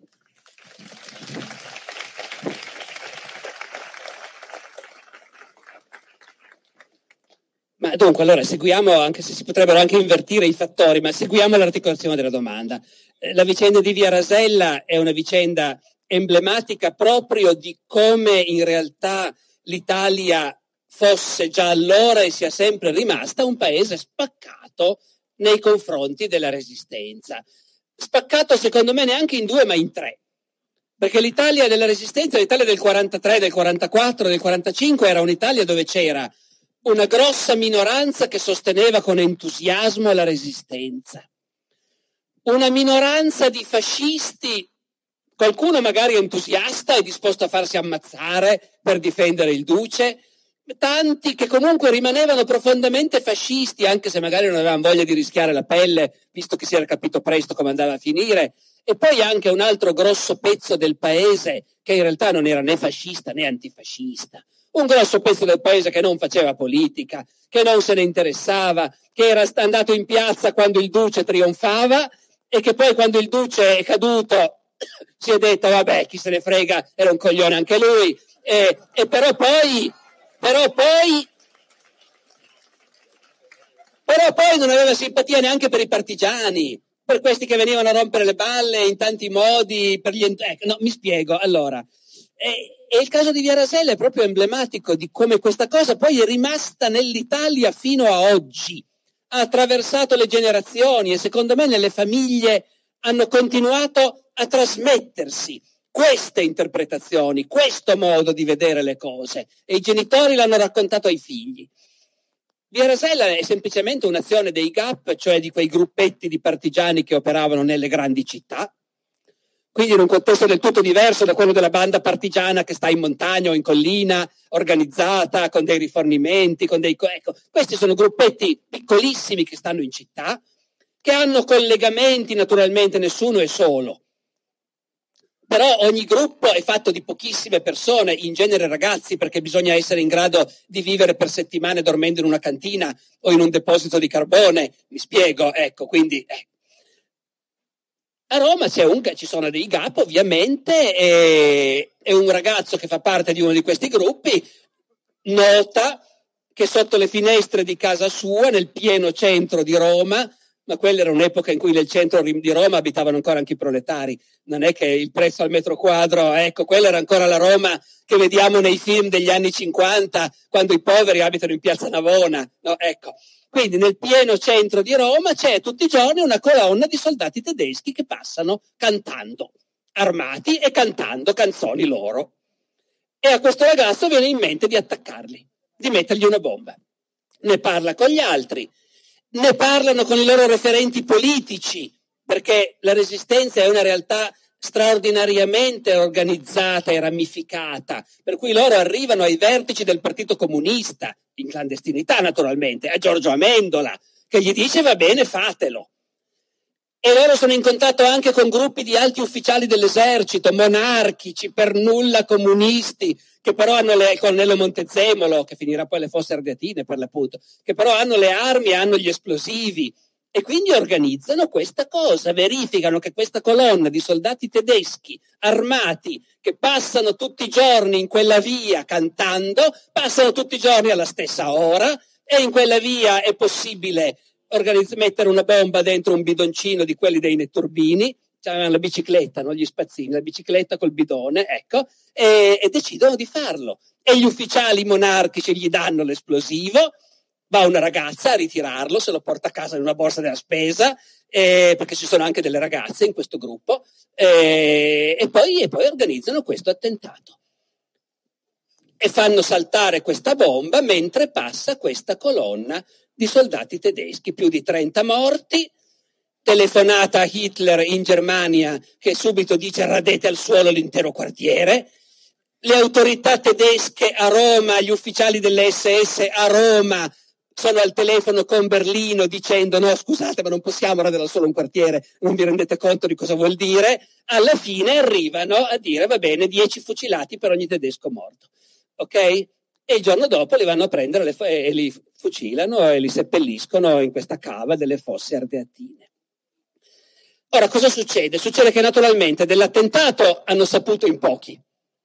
Ma dunque, allora seguiamo, anche se si potrebbero anche invertire i fattori, ma seguiamo l'articolazione della domanda. La vicenda di Via Rasella è una vicenda emblematica proprio di come in realtà l'Italia fosse già allora e sia sempre rimasta un paese spaccato nei confronti della resistenza. Spaccato secondo me neanche in due ma in tre, perché l'Italia della resistenza, l'Italia del 43, del 44, del 45 era un'Italia dove c'era una grossa minoranza che sosteneva con entusiasmo la resistenza, una minoranza di fascisti, qualcuno magari entusiasta e disposto a farsi ammazzare per difendere il duce, tanti che comunque rimanevano profondamente fascisti, anche se magari non avevano voglia di rischiare la pelle, visto che si era capito presto come andava a finire, e poi anche un altro grosso pezzo del paese che in realtà non era né fascista né antifascista. Un grosso pezzo del paese che non faceva politica, che non se ne interessava, che era andato in piazza quando il duce trionfava e che poi quando il duce è caduto si è detto vabbè, chi se ne frega, era un coglione anche lui, però poi non aveva simpatia neanche per i partigiani, per questi che venivano a rompere le balle in tanti modi, no, mi spiego, allora. E il caso di Via Rasella è proprio emblematico di come questa cosa poi è rimasta nell'Italia fino a oggi, ha attraversato le generazioni e secondo me nelle famiglie hanno continuato a trasmettersi queste interpretazioni, questo modo di vedere le cose e i genitori l'hanno raccontato ai figli. Via Rasella è semplicemente un'azione dei GAP, cioè di quei gruppetti di partigiani che operavano nelle grandi città, quindi in un contesto del tutto diverso da quello della banda partigiana che sta in montagna o in collina, organizzata, con dei rifornimenti, ecco, questi sono gruppetti piccolissimi che stanno in città, che hanno collegamenti, naturalmente nessuno è solo. Però ogni gruppo è fatto di pochissime persone, in genere ragazzi, perché bisogna essere in grado di vivere per settimane dormendo in una cantina o in un deposito di carbone, mi spiego, ecco, quindi... A Roma ci sono dei GAP ovviamente e un ragazzo che fa parte di uno di questi gruppi nota che sotto le finestre di casa sua, nel pieno centro di Roma, ma quella era un'epoca in cui nel centro di Roma abitavano ancora anche i proletari, non è che il prezzo al metro quadro, ecco, quella era ancora la Roma che vediamo nei film degli anni 50, quando i poveri abitano in Piazza Navona, no, ecco. Quindi nel pieno centro di Roma c'è tutti i giorni una colonna di soldati tedeschi che passano cantando, armati e cantando canzoni loro. E a questo ragazzo viene in mente di attaccarli, di mettergli una bomba. Ne parla con gli altri, ne parlano con i loro referenti politici, perché la resistenza è una realtà straordinariamente organizzata e ramificata, per cui loro arrivano ai vertici del Partito Comunista, in clandestinità naturalmente, a Giorgio Amendola, che gli dice va bene, fatelo. E loro sono in contatto anche con gruppi di alti ufficiali dell'esercito, monarchici, per nulla comunisti, che però hanno Colonnello Montezemolo, che finirà poi alle Fosse Ardeatine per l'appunto, che però hanno le armi, hanno gli esplosivi, E quindi organizzano questa cosa, verificano che questa colonna di soldati tedeschi armati che passano tutti i giorni in quella via cantando, passano tutti i giorni alla stessa ora, e in quella via è possibile mettere una bomba dentro un bidoncino di quelli dei netturbini, c'avevano la bicicletta, non gli spazzini, la bicicletta col bidone, ecco, e decidono di farlo. E gli ufficiali monarchici gli danno l'esplosivo, va una ragazza a ritirarlo, se lo porta a casa in una borsa della spesa, perché ci sono anche delle ragazze in questo gruppo, e poi organizzano questo attentato. E fanno saltare questa bomba mentre passa questa colonna di soldati tedeschi, più di 30 morti, telefonata a Hitler in Germania che subito dice radete al suolo l'intero quartiere, le autorità tedesche a Roma, gli ufficiali delle SS a Roma sono al telefono con Berlino dicendo no scusate ma non possiamo radere al suolo un quartiere, non vi rendete conto di cosa vuol dire, alla fine arrivano a dire va bene 10 fucilati per ogni tedesco morto, ok? E il giorno dopo li vanno a prendere e li fucilano e li seppelliscono in questa cava delle fosse ardeatine. Ora cosa succede? Succede che naturalmente dell'attentato hanno saputo in pochi,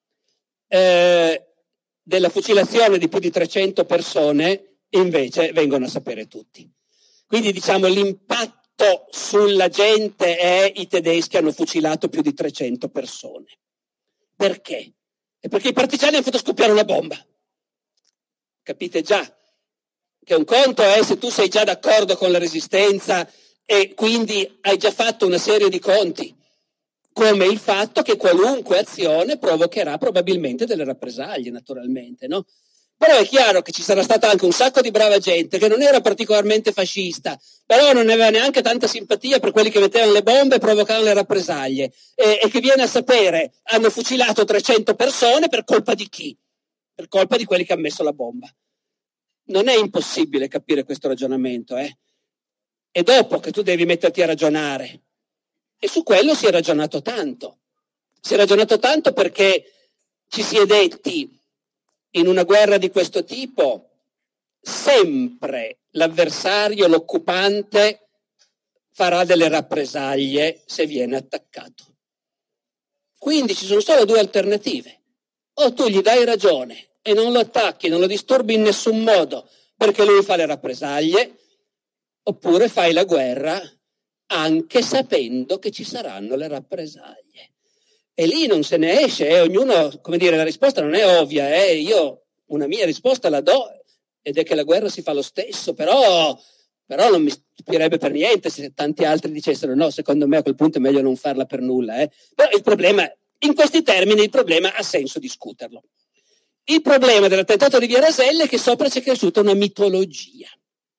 della fucilazione di più di 300 persone invece vengono a sapere tutti. Quindi diciamo l'impatto sulla gente è i tedeschi hanno fucilato più di 300 persone. Perché? È perché i partigiani hanno fatto scoppiare una bomba. Capite già che un conto è se tu sei già d'accordo con la resistenza e quindi hai già fatto una serie di conti, come il fatto che qualunque azione provocherà probabilmente delle rappresaglie, naturalmente, no? Però è chiaro che ci sarà stata anche un sacco di brava gente che non era particolarmente fascista, però non aveva neanche tanta simpatia per quelli che mettevano le bombe e provocavano le rappresaglie, e che viene a sapere hanno fucilato 300 persone per colpa di chi? Per colpa di quelli che hanno messo la bomba. Non è impossibile capire questo ragionamento, E dopo che tu devi metterti a ragionare. E su quello si è ragionato tanto. Si è ragionato tanto perché ci si è detti in una guerra di questo tipo sempre l'avversario, l'occupante, farà delle rappresaglie se viene attaccato. Quindi ci sono solo due alternative. O tu gli dai ragione e non lo attacchi, non lo disturbi in nessun modo perché lui fa le rappresaglie, oppure fai la guerra anche sapendo che ci saranno le rappresaglie. E lì non se ne esce, ognuno, come dire, la risposta non è ovvia, io una mia risposta la do ed è che la guerra si fa lo stesso, però non mi stupirebbe per niente se tanti altri dicessero no, secondo me a quel punto è meglio non farla per nulla. Però il problema, in questi termini, il problema ha senso discuterlo. Il problema dell'attentato di Via Rasella è che sopra c'è cresciuta una mitologia,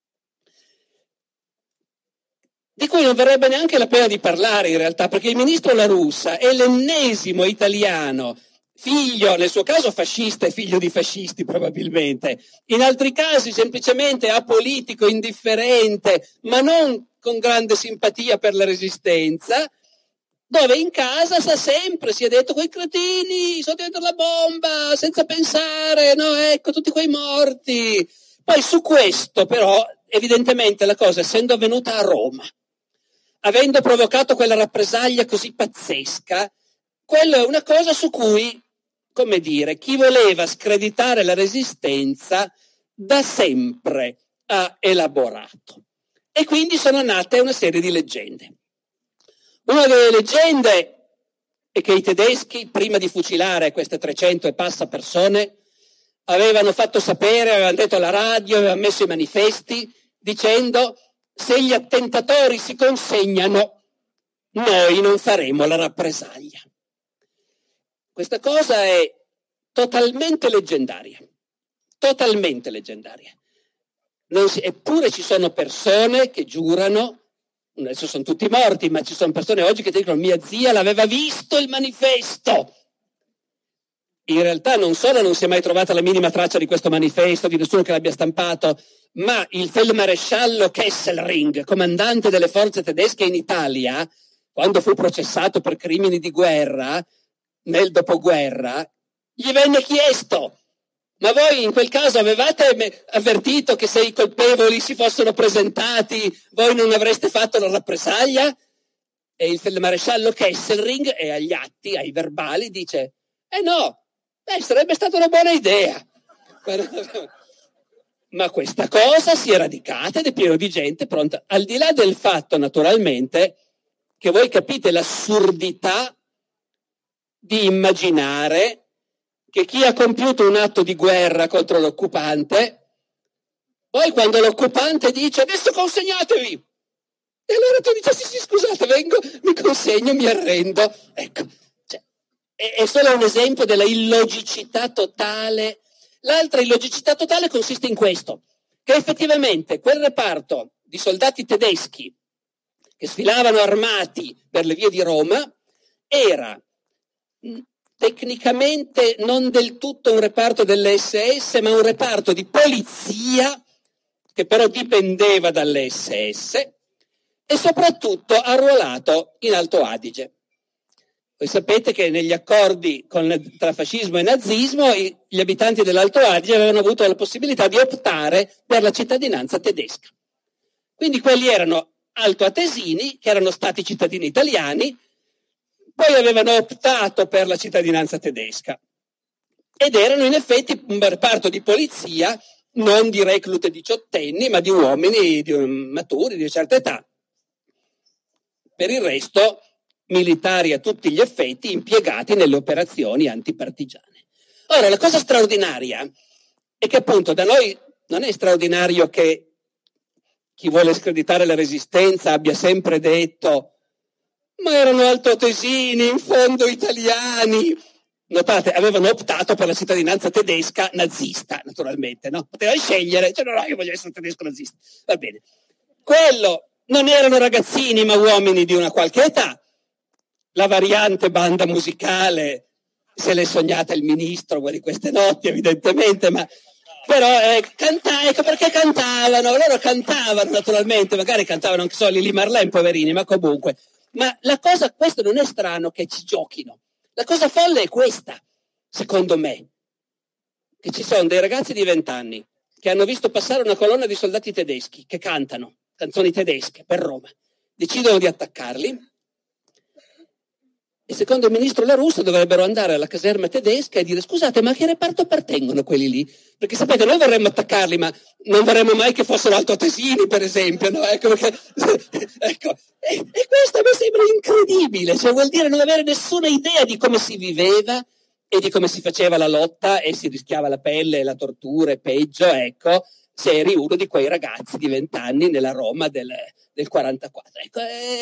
di cui non verrebbe neanche la pena di parlare in realtà, perché il ministro La Russa è l'ennesimo italiano, figlio, nel suo caso fascista e figlio di fascisti probabilmente, in altri casi semplicemente apolitico, indifferente, ma non con grande simpatia per la resistenza, dove in casa sa sempre, si è detto quei cretini sono dentro la bomba, senza pensare, no, ecco tutti quei morti. Poi su questo però evidentemente la cosa, essendo avvenuta a Roma, avendo provocato quella rappresaglia così pazzesca, quello è una cosa su cui, come dire, chi voleva screditare la resistenza da sempre ha elaborato. E quindi sono nate una serie di leggende. Una delle leggende è che i tedeschi, prima di fucilare queste 300 e passa persone, avevano fatto sapere, avevano detto alla radio, avevano messo i manifesti dicendo se gli attentatori si consegnano noi non faremo la rappresaglia. Questa cosa è totalmente leggendaria, totalmente leggendaria. Eppure ci sono persone che giurano, adesso sono tutti morti, ma ci sono persone oggi che dicono mia zia l'aveva visto il manifesto. In realtà non solo non si è mai trovata la minima traccia di questo manifesto, di nessuno che l'abbia stampato, ma il feldmaresciallo Kesselring, comandante delle forze tedesche in Italia, quando fu processato per crimini di guerra, nel dopoguerra, gli venne chiesto Ma voi in quel caso avevate avvertito che se i colpevoli si fossero presentati, voi non avreste fatto la rappresaglia? E il feldmaresciallo Kesselring, e agli atti, ai verbali, dice: no, sarebbe stata una buona idea. Ma questa cosa si è radicata ed è pieno di gente pronta. Al di là del fatto, naturalmente, che voi capite l'assurdità di immaginare che chi ha compiuto un atto di guerra contro l'occupante, poi quando l'occupante dice adesso consegnatevi, e allora tu dici sì, scusate, vengo, mi consegno, mi arrendo. Ecco, cioè, è solo un esempio della illogicità totale. L'altra illogicità totale consiste in questo, che effettivamente quel reparto di soldati tedeschi che sfilavano armati per le vie di Roma era tecnicamente non del tutto un reparto delle SS, ma un reparto di polizia che però dipendeva dalle SS e soprattutto arruolato in Alto Adige. Voi sapete che negli accordi tra fascismo e nazismo gli abitanti dell'Alto Adige avevano avuto la possibilità di optare per la cittadinanza tedesca. Quindi quelli erano altoatesini che erano stati cittadini italiani, poi avevano optato per la cittadinanza tedesca ed erano in effetti un reparto di polizia non di reclute diciottenni, ma di uomini maturi di una certa età. Per il resto militari a tutti gli effetti impiegati nelle operazioni antipartigiane. Ora, la cosa straordinaria è che appunto da noi non è straordinario che chi vuole screditare la Resistenza abbia sempre detto ma erano altoatesini, in fondo italiani. Notate, avevano optato per la cittadinanza tedesca nazista, naturalmente, no? Potevano scegliere, cioè no, io voglio essere tedesco nazista. Va bene. Quello non erano ragazzini, ma uomini di una qualche età. La variante banda musicale se l'è sognata il ministro di queste notti, evidentemente, ma però ecco perché cantavano, loro cantavano naturalmente, magari cantavano anche solo Lili Marlene, poverini, ma comunque. Ma la cosa, questo non è strano che ci giochino. La cosa folle è questa, secondo me, che ci sono dei ragazzi di 20 anni che hanno visto passare una colonna di soldati tedeschi che cantano canzoni tedesche per Roma, decidono di attaccarli e secondo il ministro La Russa dovrebbero andare alla caserma tedesca e dire scusate ma a che reparto appartengono quelli lì? Perché sapete noi vorremmo attaccarli ma non vorremmo mai che fossero altoatesini per esempio, no? Ecco, perché, ecco. E questo mi sembra incredibile, cioè vuol dire non avere nessuna idea di come si viveva e di come si faceva la lotta e si rischiava la pelle e la tortura e peggio, ecco, se eri uno di quei ragazzi di 20 anni nella Roma del 44. Ecco,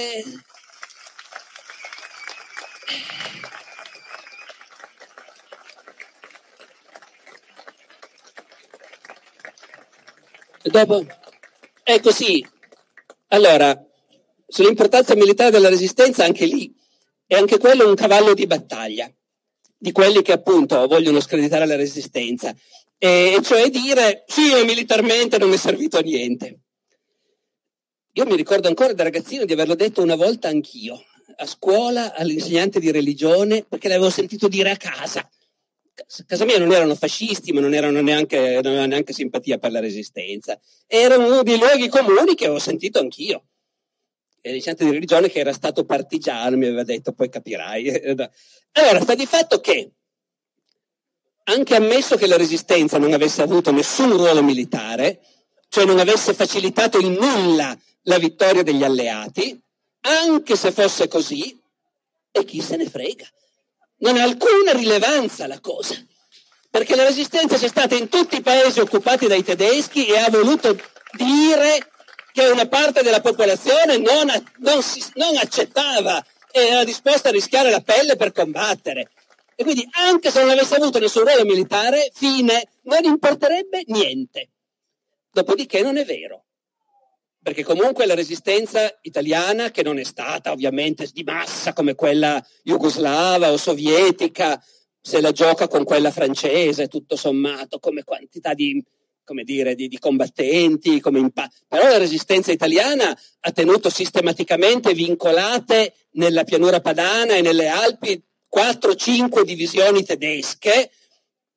dopo, ecco sì, allora, sull'importanza militare della Resistenza anche lì, è anche quello un cavallo di battaglia di quelli che appunto vogliono screditare la Resistenza, e cioè dire sì, militarmente non è servito a niente. Io mi ricordo ancora da ragazzino di averlo detto una volta anch'io, a scuola, all'insegnante di religione, perché l'avevo sentito dire a casa. Casa mia non erano fascisti, ma non avevano neanche simpatia per la Resistenza. Era uno dei luoghi comuni che avevo sentito anch'io. E l'insegnante di religione, che era stato partigiano, mi aveva detto, poi capirai. Allora, sta di fatto che, anche ammesso che la Resistenza non avesse avuto nessun ruolo militare, cioè non avesse facilitato in nulla la vittoria degli alleati, anche se fosse così, e chi se ne frega? Non ha alcuna rilevanza la cosa, perché la Resistenza c'è stata in tutti i paesi occupati dai tedeschi e ha voluto dire che una parte della popolazione non accettava e era disposta a rischiare la pelle per combattere. E quindi anche se non avesse avuto nessun ruolo militare, fine, non importerebbe niente. Dopodiché non è vero. Perché comunque la Resistenza italiana, che non è stata ovviamente di massa come quella jugoslava o sovietica, se la gioca con quella francese, tutto sommato, come quantità di combattenti, però la Resistenza italiana ha tenuto sistematicamente vincolate nella pianura padana e nelle Alpi 4-5 divisioni tedesche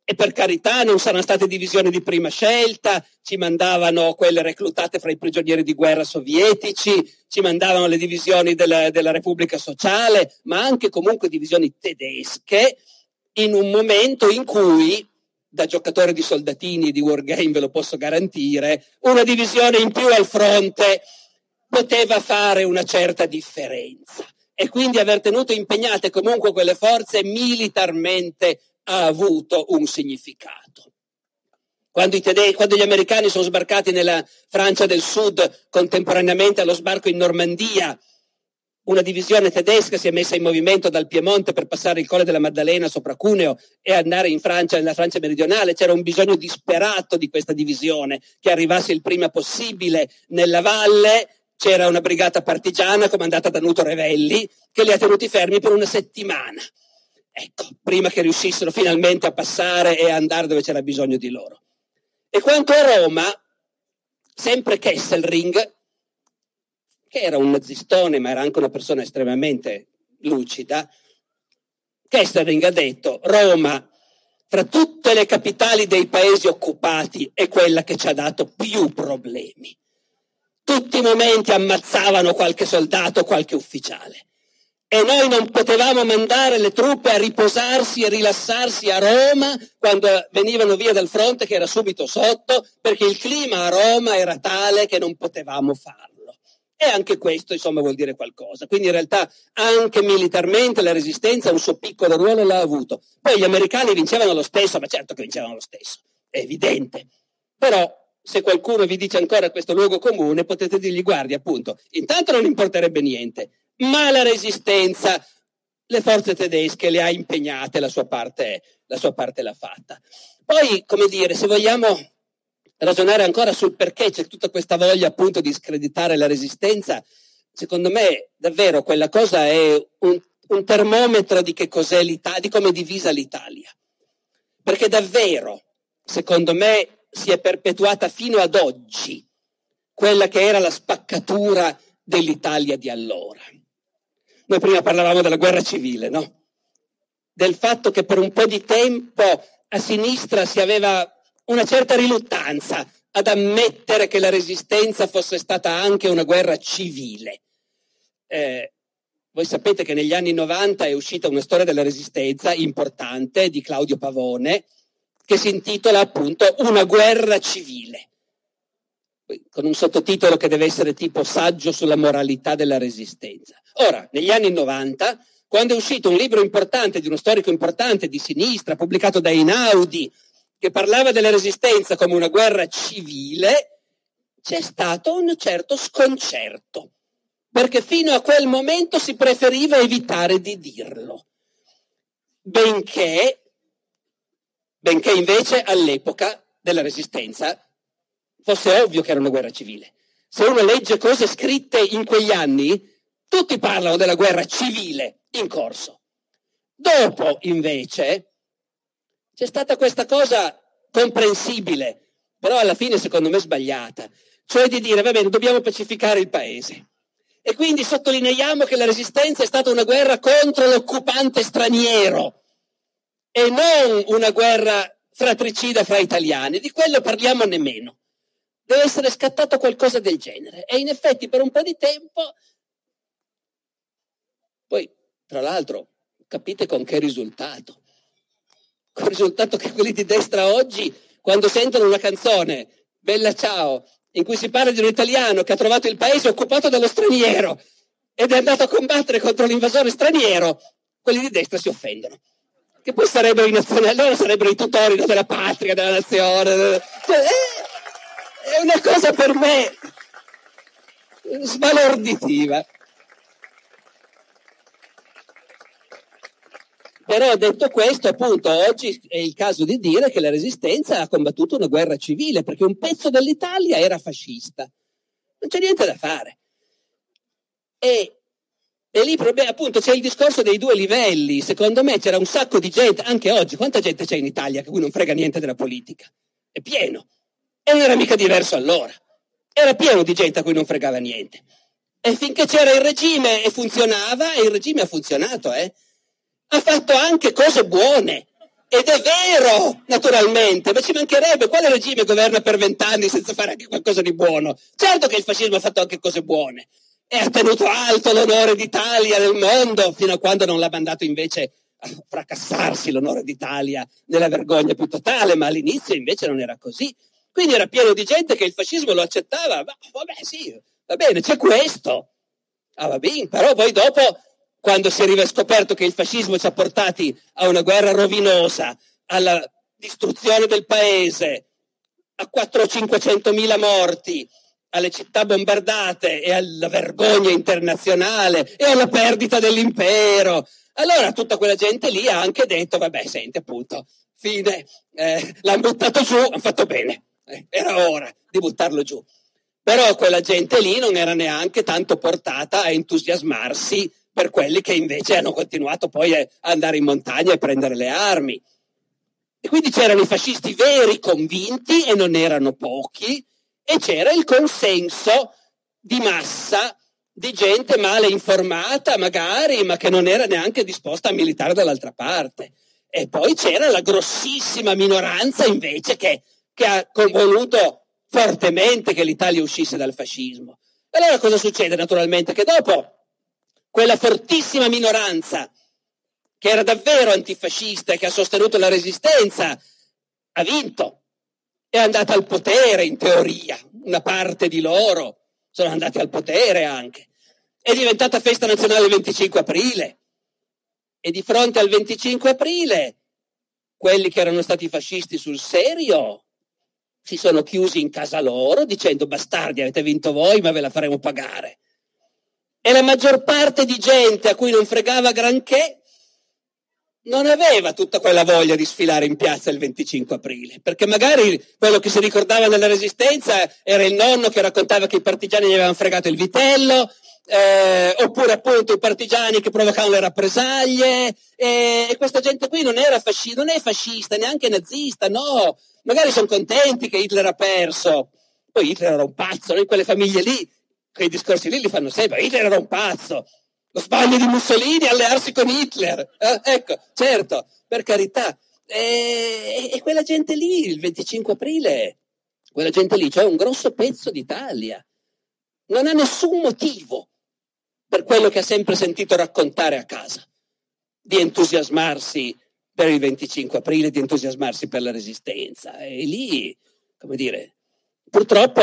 E per carità non saranno state divisioni di prima scelta, ci mandavano quelle reclutate fra i prigionieri di guerra sovietici, ci mandavano le divisioni della Repubblica Sociale, ma anche comunque divisioni tedesche, in un momento in cui, da giocatore di soldatini di Wargame ve lo posso garantire, una divisione in più al fronte poteva fare una certa differenza. E quindi aver tenuto impegnate comunque quelle forze militarmente ha avuto un significato. Quando gli americani sono sbarcati nella Francia del Sud contemporaneamente allo sbarco in Normandia, una divisione tedesca si è messa in movimento dal Piemonte per passare il Colle della Maddalena sopra Cuneo e andare in Francia, nella Francia meridionale. C'era un bisogno disperato di questa divisione che arrivasse il prima possibile nella valle. C'era una brigata partigiana comandata da Nuto Revelli che li ha tenuti fermi per una settimana. Ecco, prima che riuscissero finalmente a passare e a andare dove c'era bisogno di loro. E quanto a Roma, sempre Kesselring, che era un nazistone ma era anche una persona estremamente lucida, Kesselring ha detto: Roma, fra tutte le capitali dei paesi occupati, è quella che ci ha dato più problemi. Tutti i momenti ammazzavano qualche soldato, qualche ufficiale. E noi non potevamo mandare le truppe a riposarsi e rilassarsi a Roma quando venivano via dal fronte, che era subito sotto, perché il clima a Roma era tale che non potevamo farlo. E anche questo, insomma, vuol dire qualcosa. Quindi in realtà anche militarmente la resistenza un suo piccolo ruolo l'ha avuto. Poi gli americani vincevano lo stesso, ma certo che vincevano lo stesso, è evidente. Però se qualcuno vi dice ancora questo luogo comune, potete dirgli: guardi, appunto, intanto non importerebbe niente, ma la resistenza, le forze tedesche le ha impegnate, la sua parte l'ha fatta. Poi, come dire, se vogliamo ragionare ancora sul perché c'è tutta questa voglia appunto di screditare la resistenza, secondo me davvero quella cosa è un termometro di che cos'è l'Italia, di come è divisa l'Italia. Perché davvero, secondo me, si è perpetuata fino ad oggi quella che era la spaccatura dell'Italia di allora. Noi prima parlavamo della guerra civile, no? Del fatto che per un po' di tempo a sinistra si aveva una certa riluttanza ad ammettere che la resistenza fosse stata anche una guerra civile. Voi sapete che negli anni 90 è uscita una storia della resistenza importante di Claudio Pavone che si intitola appunto Una guerra civile, con un sottotitolo che deve essere tipo saggio sulla moralità della resistenza. Ora, negli anni 90, quando è uscito un libro importante di uno storico importante di sinistra, pubblicato da Einaudi, che parlava della resistenza come una guerra civile, c'è stato un certo sconcerto, perché fino a quel momento si preferiva evitare di dirlo, benché invece all'epoca della resistenza fosse ovvio che era una guerra civile. Se uno legge cose scritte in quegli anni, tutti parlano della guerra civile in corso. Dopo, invece, c'è stata questa cosa comprensibile, però alla fine secondo me sbagliata, cioè di dire: va bene, dobbiamo pacificare il paese. E quindi sottolineiamo che la resistenza è stata una guerra contro l'occupante straniero e non una guerra fratricida fra italiani. Di quello parliamo nemmeno. Deve essere scattato qualcosa del genere. E in effetti per un po' di tempo, poi tra l'altro capite con che risultato? Con il risultato che quelli di destra oggi, quando sentono una canzone, Bella Ciao, in cui si parla di un italiano che ha trovato il paese occupato dallo straniero ed è andato a combattere contro l'invasore straniero, quelli di destra si offendono. Che poi sarebbero i nazionali, loro sarebbero i tutori della patria, della nazione. È una cosa per me sbalorditiva. Però detto questo, appunto, oggi è il caso di dire che la resistenza ha combattuto una guerra civile, perché un pezzo dell'Italia era fascista. Non c'è niente da fare. E lì, appunto, c'è il discorso dei due livelli. Secondo me c'era un sacco di gente, anche oggi. Quanta gente c'è in Italia che cui non frega niente della politica? È pieno. E non era mica diverso allora. Era pieno di gente a cui non fregava niente. E finché c'era il regime e funzionava, e il regime ha funzionato, ha fatto anche cose buone. Ed è vero, naturalmente, ma ci mancherebbe. Quale regime governa per 20 anni senza fare anche qualcosa di buono? Certo che il fascismo ha fatto anche cose buone e ha tenuto alto l'onore d'Italia nel mondo, fino a quando non l'ha mandato invece a fracassarsi l'onore d'Italia nella vergogna più totale, ma all'inizio invece non era così. Quindi era pieno di gente che il fascismo lo accettava. Ma vabbè, sì, va bene, c'è questo. Ah, va bene, però poi dopo, quando si è scoperto che il fascismo ci ha portati a una guerra rovinosa, alla distruzione del paese, a 400.000-500.000 morti, alle città bombardate e alla vergogna internazionale e alla perdita dell'impero, allora tutta quella gente lì ha anche detto, vabbè, senti, appunto, fine, l'hanno buttato giù, hanno fatto bene, era ora di buttarlo giù. Però quella gente lì non era neanche tanto portata a entusiasmarsi per quelli che invece hanno continuato poi a andare in montagna e prendere le armi. E quindi c'erano i fascisti veri, convinti, e non erano pochi, e c'era il consenso di massa di gente male informata magari, ma che non era neanche disposta a militare dall'altra parte. E poi c'era la grossissima minoranza invece che ha voluto fortemente che l'Italia uscisse dal fascismo. E allora cosa succede? Naturalmente che dopo quella fortissima minoranza che era davvero antifascista e che ha sostenuto la resistenza ha vinto, è andata al potere in teoria, una parte di loro sono andati al potere anche, è diventata festa nazionale il 25 aprile e di fronte al 25 aprile quelli che erano stati fascisti sul serio si sono chiusi in casa loro dicendo bastardi, avete vinto voi ma ve la faremo pagare. E la maggior parte di gente a cui non fregava granché non aveva tutta quella voglia di sfilare in piazza il 25 aprile, perché magari quello che si ricordava della resistenza era il nonno che raccontava che i partigiani gli avevano fregato il vitello, oppure appunto i partigiani che provocavano le rappresaglie, e questa gente qui non era fascista, non è fascista, neanche nazista, no, magari sono contenti che Hitler ha perso, poi Hitler era un pazzo, in quelle famiglie lì, quei discorsi lì li fanno sempre, Hitler era un pazzo, lo sbaglio di Mussolini è allearsi con Hitler, ecco, certo, per carità, e quella gente lì, il 25 aprile, quella gente lì, cioè un grosso pezzo d'Italia, non ha nessun motivo per quello che ha sempre sentito raccontare a casa, di entusiasmarsi per il 25 aprile, di entusiasmarsi per la resistenza. E lì, come dire, purtroppo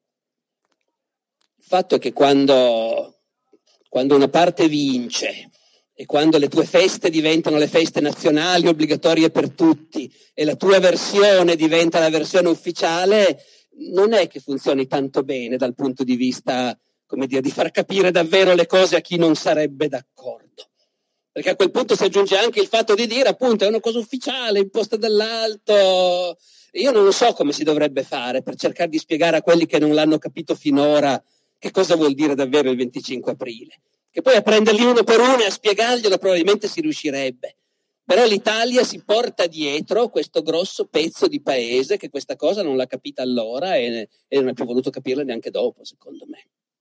il fatto è che quando una parte vince e quando le tue feste diventano le feste nazionali obbligatorie per tutti e la tua versione diventa la versione ufficiale, non è che funzioni tanto bene dal punto di vista, come dire, di far capire davvero le cose a chi non sarebbe d'accordo. Perché a quel punto si aggiunge anche il fatto di dire, appunto, è una cosa ufficiale, imposta dall'alto. Io non lo so come si dovrebbe fare per cercare di spiegare a quelli che non l'hanno capito finora che cosa vuol dire davvero il 25 aprile. Che poi a prenderli uno per uno e a spiegarglielo probabilmente si riuscirebbe. Però l'Italia si porta dietro questo grosso pezzo di paese che questa cosa non l'ha capita allora e non ha più voluto capirla neanche dopo, secondo me.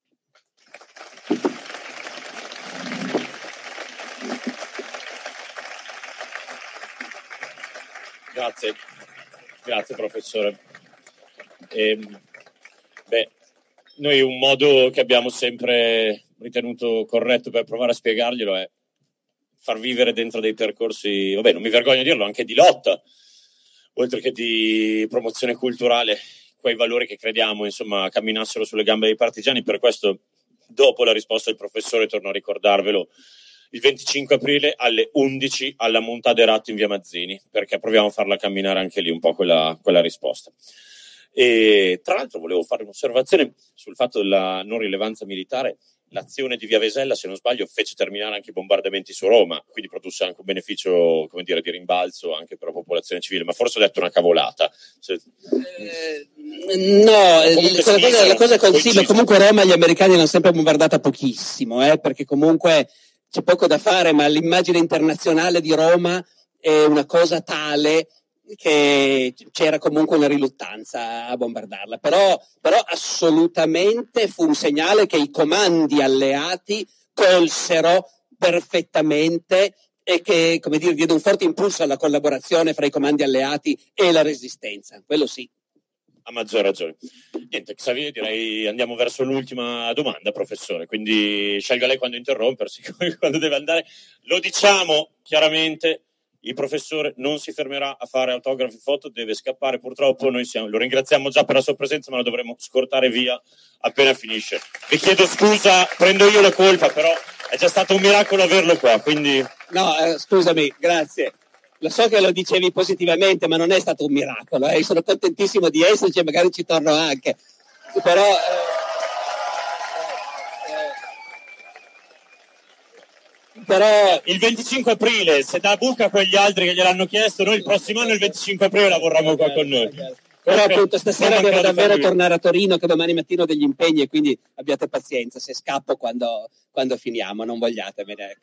Grazie professore. Noi un modo che abbiamo sempre ritenuto corretto per provare a spiegarglielo è far vivere dentro dei percorsi, vabbè, non mi vergogno a dirlo, anche di lotta, oltre che di promozione culturale, quei valori che crediamo, insomma, camminassero sulle gambe dei partigiani. Per questo, dopo la risposta del professore, torno a ricordarvelo, il 25 aprile alle 11 alla Montà dei Ratti in via Mazzini, perché proviamo a farla camminare anche lì un po' quella risposta. E tra l'altro volevo fare un'osservazione sul fatto della non rilevanza militare. L'azione di Via Vesella, se non sbaglio, fece terminare anche i bombardamenti su Roma, quindi produsse anche un beneficio, come dire, di rimbalzo anche per la popolazione civile, ma forse ho detto una cavolata. La cosa è così, ma comunque Roma gli americani l'hanno sempre bombardata pochissimo, perché comunque c'è poco da fare, ma l'immagine internazionale di Roma è una cosa tale che c'era comunque una riluttanza a bombardarla, però assolutamente fu un segnale che i comandi alleati colsero perfettamente e che, come dire, diede un forte impulso alla collaborazione fra i comandi alleati e la resistenza, quello sì. A maggior ragione. Niente, Xavier, direi andiamo verso l'ultima domanda, professore, quindi scelga lei quando interrompersi, quando deve andare. Lo diciamo chiaramente, il professore non si fermerà a fare autografi, foto, deve scappare, purtroppo noi lo ringraziamo già per la sua presenza, ma lo dovremo scortare via appena finisce. Vi chiedo scusa, prendo io la colpa, però è già stato un miracolo averlo qua, quindi... No, scusami, grazie. Lo so che lo dicevi positivamente, ma non è stato un miracolo. Sono contentissimo di esserci e magari ci torno anche. Però... Però il 25 aprile, se dà buca a quegli altri che gliel'hanno chiesto, noi il prossimo anno il 25 aprile la vorremmo qua con noi. Però appunto stasera devo davvero tornare a Torino, che domani mattina ho degli impegni, e quindi abbiate pazienza se scappo quando finiamo, non vogliatemene.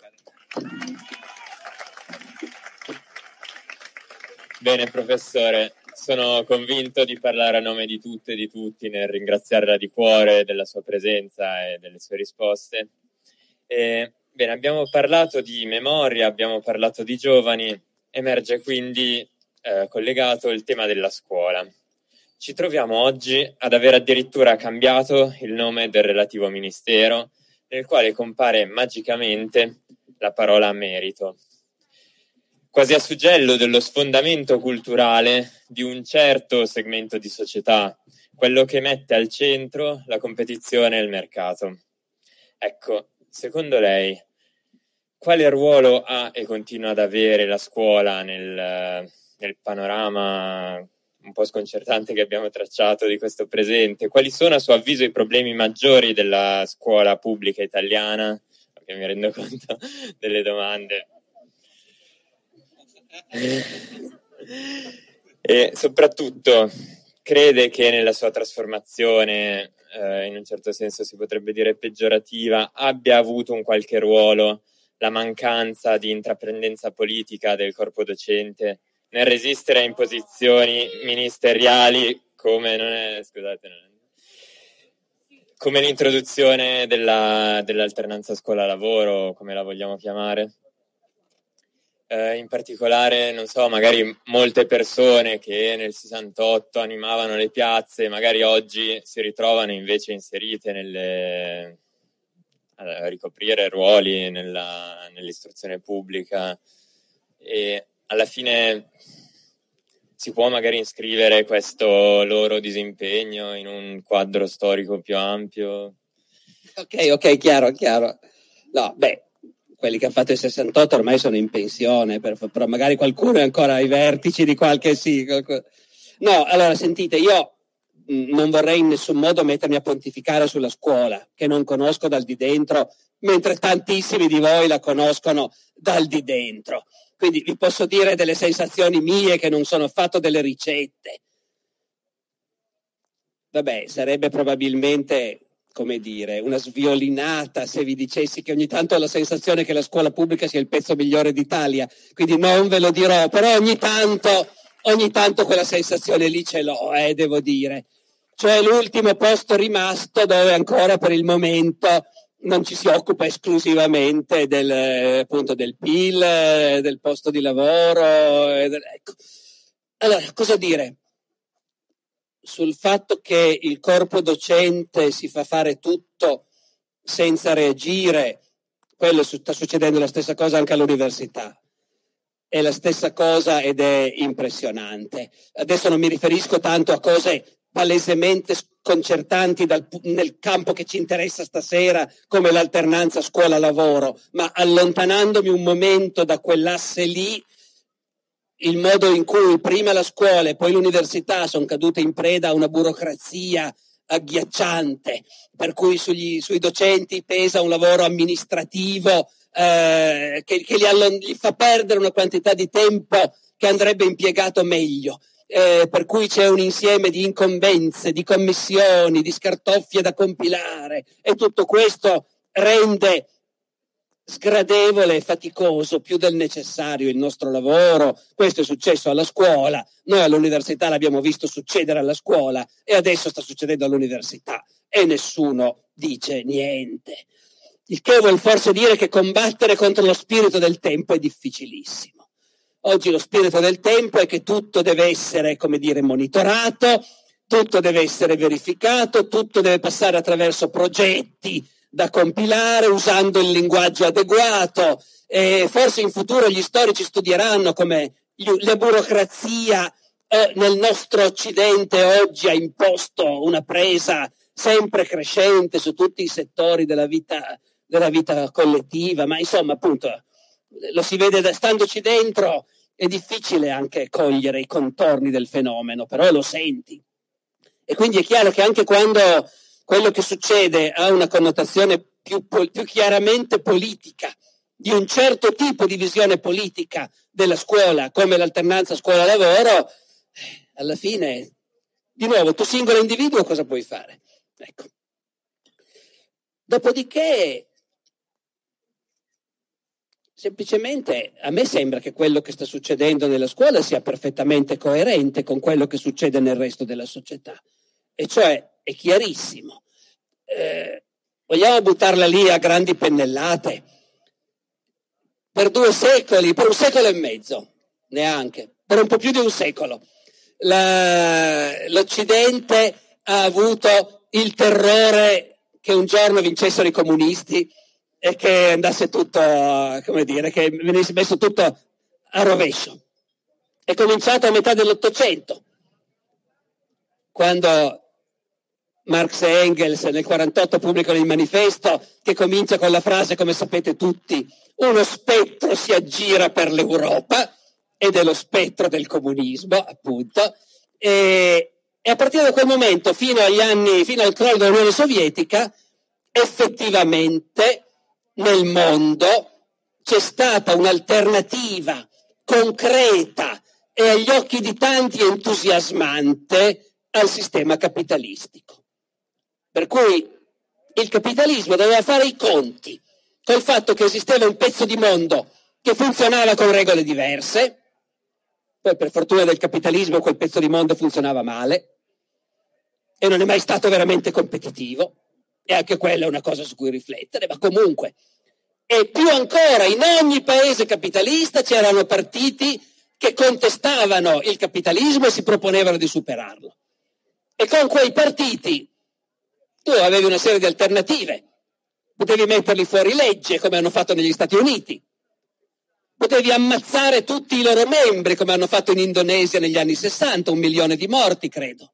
Bene professore, sono convinto di parlare a nome di tutte e di tutti nel ringraziarla di cuore della sua presenza e delle sue risposte. Bene, abbiamo parlato di memoria, abbiamo parlato di giovani, emerge quindi collegato il tema della scuola. Ci troviamo oggi ad aver addirittura cambiato il nome del relativo ministero, nel quale compare magicamente la parola merito, quasi a suggello dello sfondamento culturale di un certo segmento di società, quello che mette al centro la competizione e il mercato. Ecco, secondo lei, quale ruolo ha e continua ad avere la scuola nel panorama un po' sconcertante che abbiamo tracciato di questo presente? Quali sono a suo avviso i problemi maggiori della scuola pubblica italiana? Perché mi rendo conto delle domande. E soprattutto crede che nella sua trasformazione, in un certo senso si potrebbe dire peggiorativa, abbia avuto un qualche ruolo la mancanza di intraprendenza politica del corpo docente nel resistere a imposizioni ministeriali come come l'introduzione dell'alternanza scuola-lavoro, come la vogliamo chiamare? In particolare, non so, magari molte persone che nel 68 animavano le piazze, magari oggi si ritrovano invece inserite a ricoprire ruoli nell'istruzione pubblica, e alla fine si può magari iscrivere questo loro disimpegno in un quadro storico più ampio? Ok, chiaro. No, quelli che hanno fatto il 68 ormai sono in pensione, però magari qualcuno è ancora ai vertici di qualche sì. No, allora sentite, io non vorrei in nessun modo mettermi a pontificare sulla scuola, che non conosco dal di dentro, mentre tantissimi di voi la conoscono dal di dentro. Quindi vi posso dire delle sensazioni mie, che non sono affatto delle ricette. Vabbè, sarebbe probabilmente, come dire, una sviolinata se vi dicessi che ogni tanto ho la sensazione che la scuola pubblica sia il pezzo migliore d'Italia, quindi non ve lo dirò, però ogni tanto quella sensazione lì ce l'ho, devo dire. Cioè l'ultimo posto rimasto dove ancora per il momento non ci si occupa esclusivamente appunto del PIL, del posto di lavoro. Ecco. Allora, cosa dire? Sul fatto che il corpo docente si fa fare tutto senza reagire, quello sta succedendo la stessa cosa anche all'università. È la stessa cosa ed è impressionante. Adesso non mi riferisco tanto a cose palesemente sconcertanti nel campo che ci interessa stasera, come l'alternanza scuola-lavoro, ma allontanandomi un momento da quell'asse lì, il modo in cui prima la scuola e poi l'università sono cadute in preda a una burocrazia agghiacciante, per cui sui docenti pesa un lavoro amministrativo che gli fa perdere una quantità di tempo che andrebbe impiegato meglio. Per cui c'è un insieme di incombenze, di commissioni, di scartoffie da compilare, e tutto questo rende sgradevole e faticoso più del necessario il nostro lavoro. Questo è successo alla scuola, noi all'università l'abbiamo visto succedere alla scuola e adesso sta succedendo all'università e nessuno dice niente. Il che vuol forse dire che combattere contro lo spirito del tempo è difficilissimo. Oggi lo spirito del tempo è che tutto deve essere, come dire, monitorato, tutto deve essere verificato, tutto deve passare attraverso progetti da compilare usando il linguaggio adeguato, e forse in futuro gli storici studieranno come la burocrazia nel nostro Occidente oggi ha imposto una presa sempre crescente su tutti i settori della vita collettiva, ma insomma appunto lo si vede standoci dentro, è difficile anche cogliere i contorni del fenomeno, però lo senti. E quindi è chiaro che anche quando quello che succede ha una connotazione più chiaramente politica, di un certo tipo di visione politica della scuola, come l'alternanza scuola-lavoro, alla fine, di nuovo, tu singolo individuo cosa puoi fare? Ecco. Dopodiché, semplicemente a me sembra che quello che sta succedendo nella scuola sia perfettamente coerente con quello che succede nel resto della società, e cioè è chiarissimo. Vogliamo buttarla lì a grandi pennellate? Per 2 secoli, per 1 secolo e mezzo, neanche, per un po' più di 1 secolo, l'Occidente ha avuto il terrore che un giorno vincessero i comunisti e che andasse tutto, come dire, che venisse messo tutto a rovescio. È cominciato a metà dell'Ottocento, quando Marx e Engels nel 48 pubblicano il manifesto, che comincia con la frase, come sapete tutti, uno spettro si aggira per l'Europa, ed è lo spettro del comunismo, appunto, e a partire da quel momento fino al crollo dell'Unione Sovietica, effettivamente nel mondo c'è stata un'alternativa concreta e agli occhi di tanti entusiasmante al sistema capitalistico. Per cui il capitalismo doveva fare i conti col fatto che esisteva un pezzo di mondo che funzionava con regole diverse. Poi per fortuna del capitalismo quel pezzo di mondo funzionava male e non è mai stato veramente competitivo, e anche quella è una cosa su cui riflettere, ma comunque. E più ancora, in ogni paese capitalista c'erano partiti che contestavano il capitalismo e si proponevano di superarlo. E con quei partiti tu avevi una serie di alternative. Potevi metterli fuori legge, come hanno fatto negli Stati Uniti. Potevi ammazzare tutti i loro membri, come hanno fatto in Indonesia negli anni 60, 1 milione di morti, credo.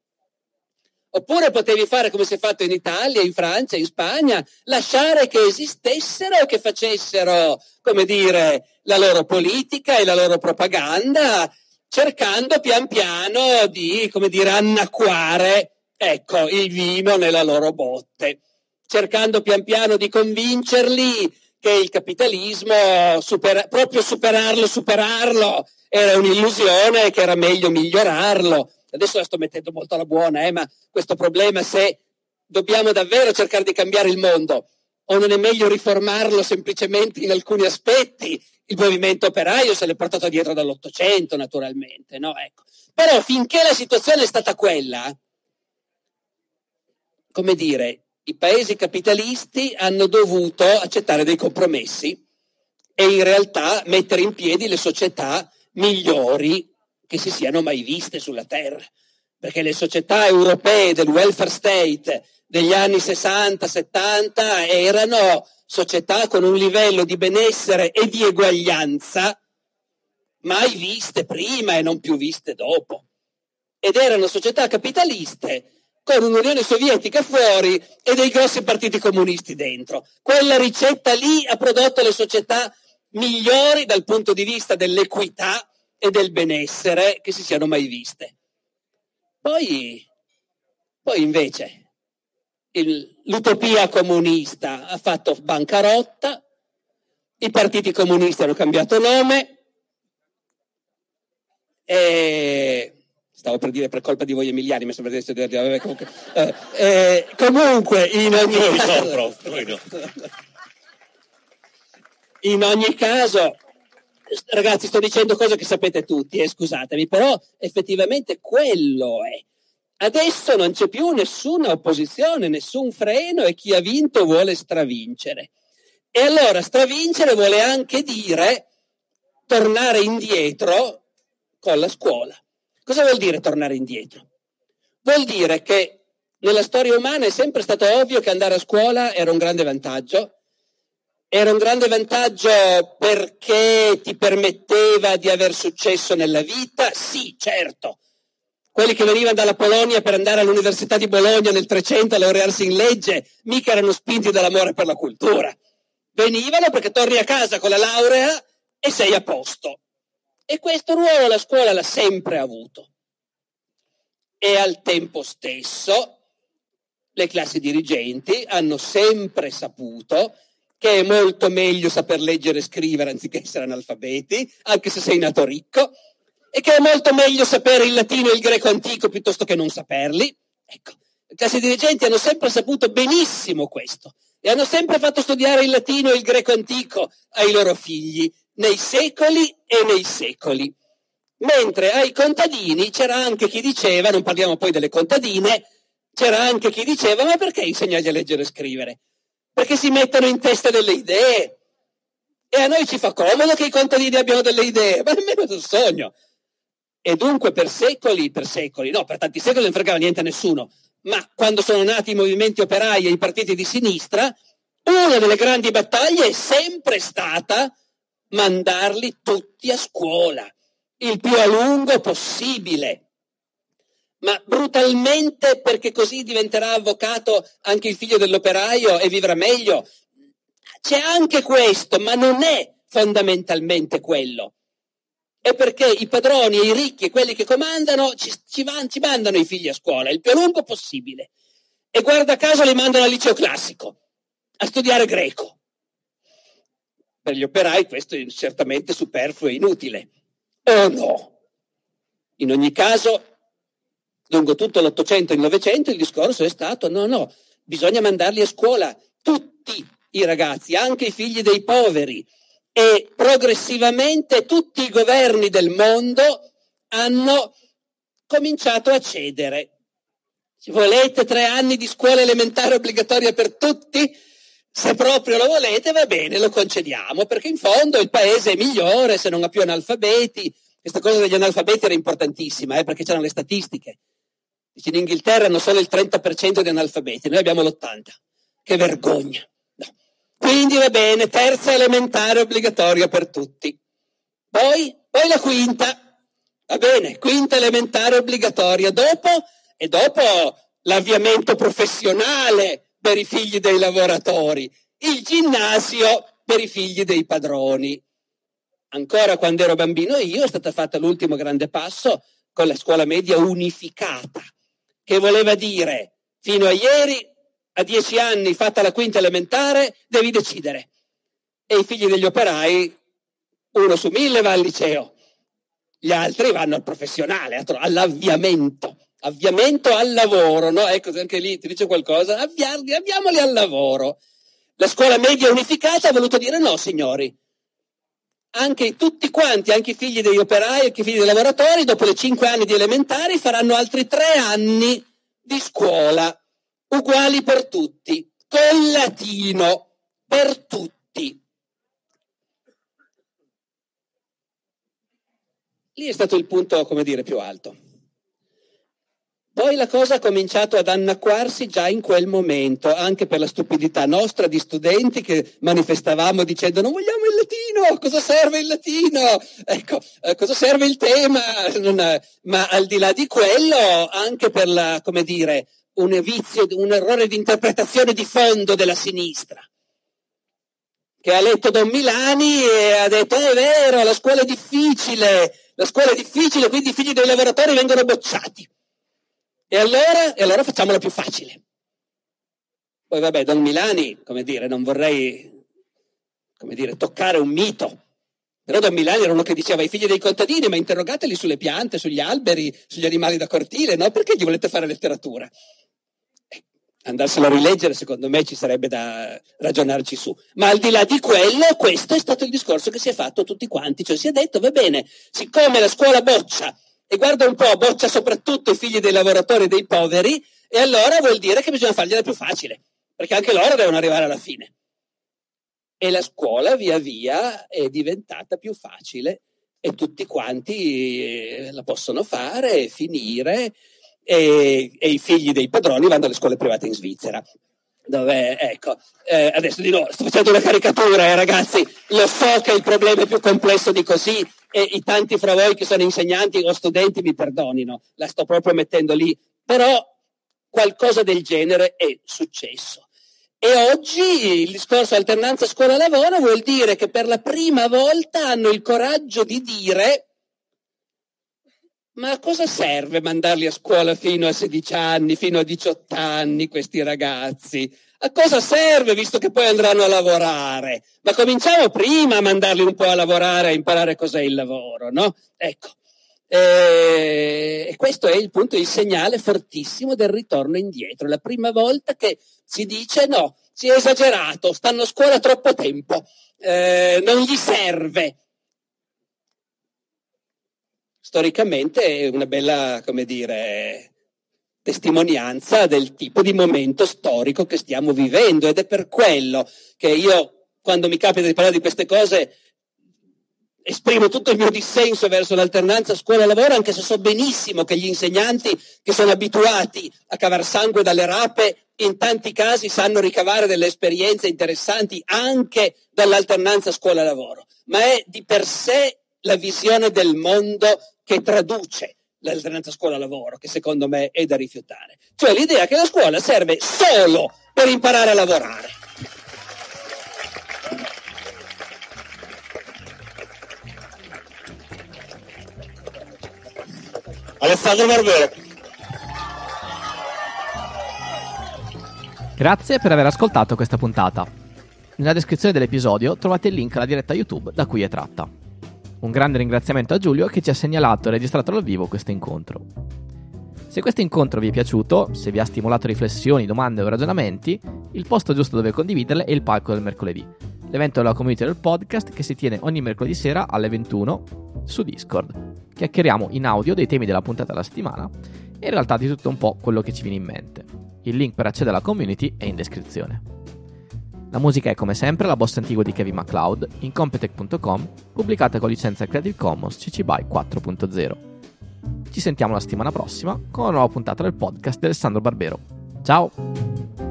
Oppure potevi fare come si è fatto in Italia, in Francia, in Spagna, lasciare che esistessero e che facessero, come dire, la loro politica e la loro propaganda, cercando pian piano di, come dire, annacquare, ecco, il vino nella loro botte, cercando pian piano di convincerli che il capitalismo, proprio superarlo, era un'illusione e che era meglio migliorarlo. Adesso la sto mettendo molto alla buona, ma questo problema, se dobbiamo davvero cercare di cambiare il mondo o non è meglio riformarlo semplicemente in alcuni aspetti, il movimento operaio se l'è portato dietro dall'Ottocento, naturalmente, no? Ecco. Però finché la situazione è stata quella, come dire, i paesi capitalisti hanno dovuto accettare dei compromessi e in realtà mettere in piedi le società migliori che si siano mai viste sulla Terra, perché le società europee del welfare state degli anni 60-70 erano società con un livello di benessere e di eguaglianza mai viste prima e non più viste dopo, ed erano società capitaliste con un'Unione Sovietica fuori e dei grossi partiti comunisti dentro. Quella ricetta lì ha prodotto le società migliori dal punto di vista dell'equità e del benessere che si siano mai viste. Poi invece l'utopia comunista ha fatto bancarotta, i partiti comunisti hanno cambiato nome e stavo per dire per colpa di voi emiliani, mi sembra di essere comunque in ogni caso, in ogni caso, ragazzi, sto dicendo cose che sapete tutti, scusatemi, però effettivamente quello è. Adesso non c'è più nessuna opposizione, nessun freno e chi ha vinto vuole stravincere. E allora stravincere vuole anche dire tornare indietro con la scuola. Cosa vuol dire tornare indietro? Vuol dire che nella storia umana è sempre stato ovvio che andare a scuola era un grande vantaggio. Era un grande vantaggio perché ti permetteva di aver successo nella vita? Sì, certo. Quelli che venivano dalla Polonia per andare all'Università di Bologna nel 300 a laurearsi in legge mica erano spinti dall'amore per la cultura. Venivano perché torni a casa con la laurea e sei a posto. E questo ruolo la scuola l'ha sempre avuto. E al tempo stesso le classi dirigenti hanno sempre saputo che è molto meglio saper leggere e scrivere anziché essere analfabeti, anche se sei nato ricco, e che è molto meglio sapere il latino e il greco antico piuttosto che non saperli. Ecco, le classi dirigenti hanno sempre saputo benissimo questo e hanno sempre fatto studiare il latino e il greco antico ai loro figli, nei secoli e nei secoli. Mentre ai contadini c'era anche chi diceva, non parliamo poi delle contadine, c'era anche chi diceva: ma perché insegnargli a leggere e scrivere? Perché si mettono in testa delle idee. E a noi ci fa comodo che i contadini abbiano delle idee, ma nemmeno un sogno. E dunque per tanti secoli non fregava niente a nessuno. Ma quando sono nati i movimenti operai e i partiti di sinistra, una delle grandi battaglie è sempre stata mandarli tutti a scuola, il più a lungo possibile. Ma brutalmente, perché così diventerà avvocato anche il figlio dell'operaio e vivrà meglio. C'è anche questo, ma non è fondamentalmente quello. È perché i padroni e i ricchi e quelli che comandano ci mandano i figli a scuola il più a lungo possibile. E guarda caso li mandano al liceo classico a studiare greco. Per gli operai questo è certamente superfluo e inutile. O no? In ogni caso, lungo tutto l'Ottocento e il Novecento il discorso è stato no, bisogna mandarli a scuola tutti i ragazzi, anche i figli dei poveri, e progressivamente tutti i governi del mondo hanno cominciato a cedere. Volete 3 anni di scuola elementare obbligatoria per tutti? Se proprio lo volete, va bene, lo concediamo, perché in fondo il paese è migliore se non ha più analfabeti. Questa cosa degli analfabeti era importantissima, perché c'erano le statistiche. In Inghilterra hanno solo il 30% di analfabeti, noi abbiamo l'80%. Che vergogna. No. Quindi va bene, 3ª elementare obbligatoria per tutti. Poi la 5ª. Va bene, 5ª elementare obbligatoria. Dopo l'avviamento professionale per i figli dei lavoratori, il ginnasio per i figli dei padroni. Ancora quando ero bambino io è stata fatta l'ultimo grande passo con la scuola media unificata, che voleva dire fino a ieri, a 10 anni, fatta la 5ª elementare, devi decidere. E i figli degli operai, 1 su 1000 va al liceo, gli altri vanno al professionale, all'avviamento al lavoro, no? Ecco, anche lì ti dice qualcosa, avviamoli al lavoro. La scuola media unificata ha voluto dire no, signori. Anche tutti quanti, anche i figli degli operai, anche i figli dei lavoratori, dopo le 5 anni di elementari faranno altri 3 anni di scuola, uguali per tutti, col latino, per tutti. Lì è stato il punto, più alto. Poi la cosa ha cominciato ad annacquarsi già in quel momento, anche per la stupidità nostra di studenti che manifestavamo dicendo non vogliamo il latino, cosa serve il latino? Ecco, cosa serve il tema? Ma al di là di quello, anche per un vizio, un errore di interpretazione di fondo della sinistra, che ha letto Don Milani e ha detto è vero, la scuola è difficile, quindi i figli dei lavoratori vengono bocciati. E allora facciamola più facile. Poi vabbè, Don Milani, non vorrei, toccare un mito. Però Don Milani era uno che diceva ai figli dei contadini, ma interrogateli sulle piante, sugli alberi, sugli animali da cortile, no? Perché gli volete fare letteratura? Andarselo a rileggere, secondo me ci sarebbe da ragionarci su. Ma al di là di quello, questo è stato il discorso che si è fatto tutti quanti. Cioè si è detto, va bene, siccome la scuola boccia, e guarda un po', boccia soprattutto i figli dei lavoratori e dei poveri, e allora vuol dire che bisogna fargliela più facile, perché anche loro devono arrivare alla fine. e la scuola via via è diventata più facile e tutti quanti la possono fare e finire, e i figli dei padroni vanno alle scuole private in Svizzera, dove, ecco, adesso di nuovo sto facendo una caricatura, ragazzi, lo so che il problema è più complesso di così e i tanti fra voi che sono insegnanti o studenti mi perdonino, la sto proprio mettendo lì, però qualcosa del genere è successo. E oggi il discorso alternanza scuola-lavoro vuol dire che per la prima volta hanno il coraggio di dire: ma a cosa serve mandarli a scuola fino a 16 anni, fino a 18 anni questi ragazzi? A cosa serve, visto che poi andranno a lavorare? Ma cominciamo prima a mandarli un po' a lavorare, a imparare cos'è il lavoro, no? Ecco. E questo è il punto, il segnale fortissimo del ritorno indietro. La prima volta che si dice: no, si è esagerato, stanno a scuola troppo tempo, non gli serve. Storicamente è una bella, come dire, testimonianza del tipo di momento storico che stiamo vivendo, ed è per quello che io, quando mi capita di parlare di queste cose, esprimo tutto il mio dissenso verso l'alternanza scuola-lavoro, anche se so benissimo che gli insegnanti che sono abituati a cavar sangue dalle rape in tanti casi sanno ricavare delle esperienze interessanti anche dall'alternanza scuola-lavoro, ma è di per sé la visione del mondo che traduce l'alternanza scuola-lavoro, che secondo me è da rifiutare. Cioè l'idea che la scuola serve solo per imparare a lavorare. Alessandro Barbero. Grazie per aver ascoltato questa puntata. Nella descrizione dell'episodio trovate il link alla diretta YouTube da cui è tratta. Un grande ringraziamento a Giulio che ci ha segnalato e registrato dal vivo questo incontro. Se questo incontro vi è piaciuto, se vi ha stimolato riflessioni, domande o ragionamenti, il posto giusto dove condividerle è il palco del mercoledì, l'evento della community del podcast che si tiene ogni mercoledì sera alle 21 su Discord. Chiacchieriamo in audio dei temi della puntata della settimana e in realtà di tutto un po' quello che ci viene in mente. Il link per accedere alla community è in descrizione. La musica è come sempre la Boss Antigo di Kevin MacLeod in Competech.com, pubblicata con licenza Creative Commons CC BY 4.0. Ci sentiamo la settimana prossima con una nuova puntata del podcast di Alessandro Barbero. Ciao!